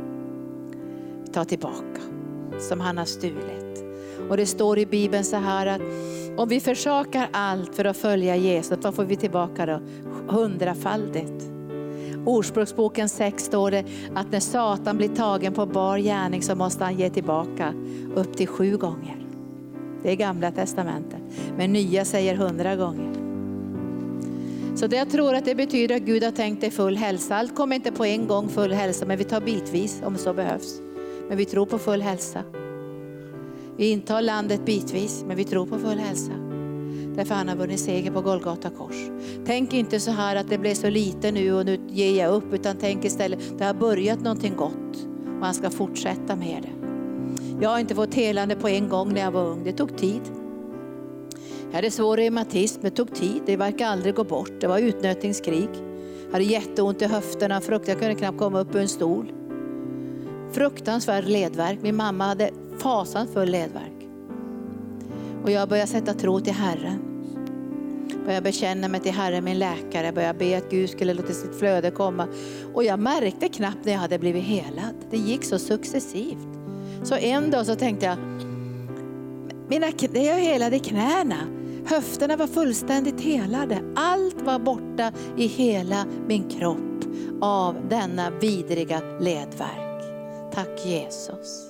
Vi tar tillbaka som han har stulit. Och det står i Bibeln så här att om vi försakar allt för att följa Jesus, då får vi tillbaka då 100-faldigt. Ordspråksboken 6 står det att när Satan blir tagen på bar gärning så måste han ge tillbaka upp till 7 gånger. Det är Gamla testamentet. Men nya säger 100 gånger. Så det jag tror att det betyder att Gud har tänkt dig full hälsa. Allt kommer inte på en gång full hälsa, men vi tar bitvis om så behövs. Men vi tror på full hälsa. Vi intar landet bitvis, men vi tror på full hälsa. Därför han har vunnit seger på Golgata kors. Tänk inte så här att det blir så lite nu och nu ger jag upp. Utan tänk istället, det har börjat någonting gott. Och han ska fortsätta med det. Jag har inte fått helande på en gång när jag var ung. Det tog tid. Jag hade svår reumatism, det tog tid. Det verkar aldrig gå bort. Det var utnötningskrig. Jag hade jätteont i höfterna. Jag kunde knappt komma upp ur en stol. Fruktansvärd ledvärk. Min mamma hade fasansfull ledvärk. Och jag började sätta tro till Herren. Började bekänna mig till Herren, min läkare. Började be att Gud skulle låta sitt flöde komma. Och jag märkte knappt när jag hade blivit helad. Det gick så successivt. Så en dag så tänkte jag, det är helade knäna. Höfterna var fullständigt helade. Allt var borta i hela min kropp av denna vidriga ledvärk. Tack Jesus.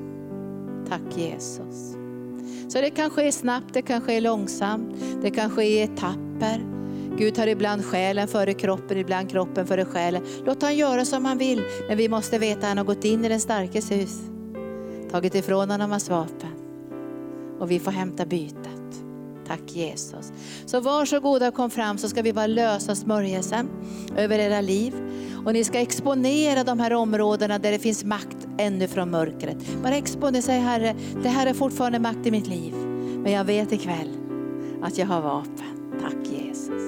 Tack Jesus. Så det kan ske snabbt, det kan ske långsamt, det kan ske i etapper. Gud tar ibland själen före kroppen, ibland kroppen före själen. Låt han göra som han vill, men vi måste veta att han har gått in i den starkes hus. Tagit ifrån honom hans vapen. Och vi får hämta bytet. Tack Jesus. Så varsågoda, kom fram så ska vi bara lösa smörjelsen över era liv. Och ni ska exponera de här områdena där det finns makt ännu från mörkret. Bara exponera sig, Herre, det här är fortfarande makt i mitt liv. Men jag vet ikväll att jag har vapen. Tack Jesus.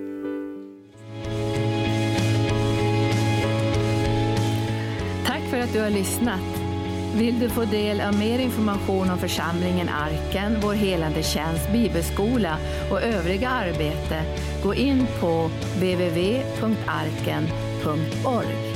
Tack för att du har lyssnat. Vill du få del av mer information om församlingen Arken, vår helande tjänst, bibelskola och övriga arbete, gå in på www.arken.org.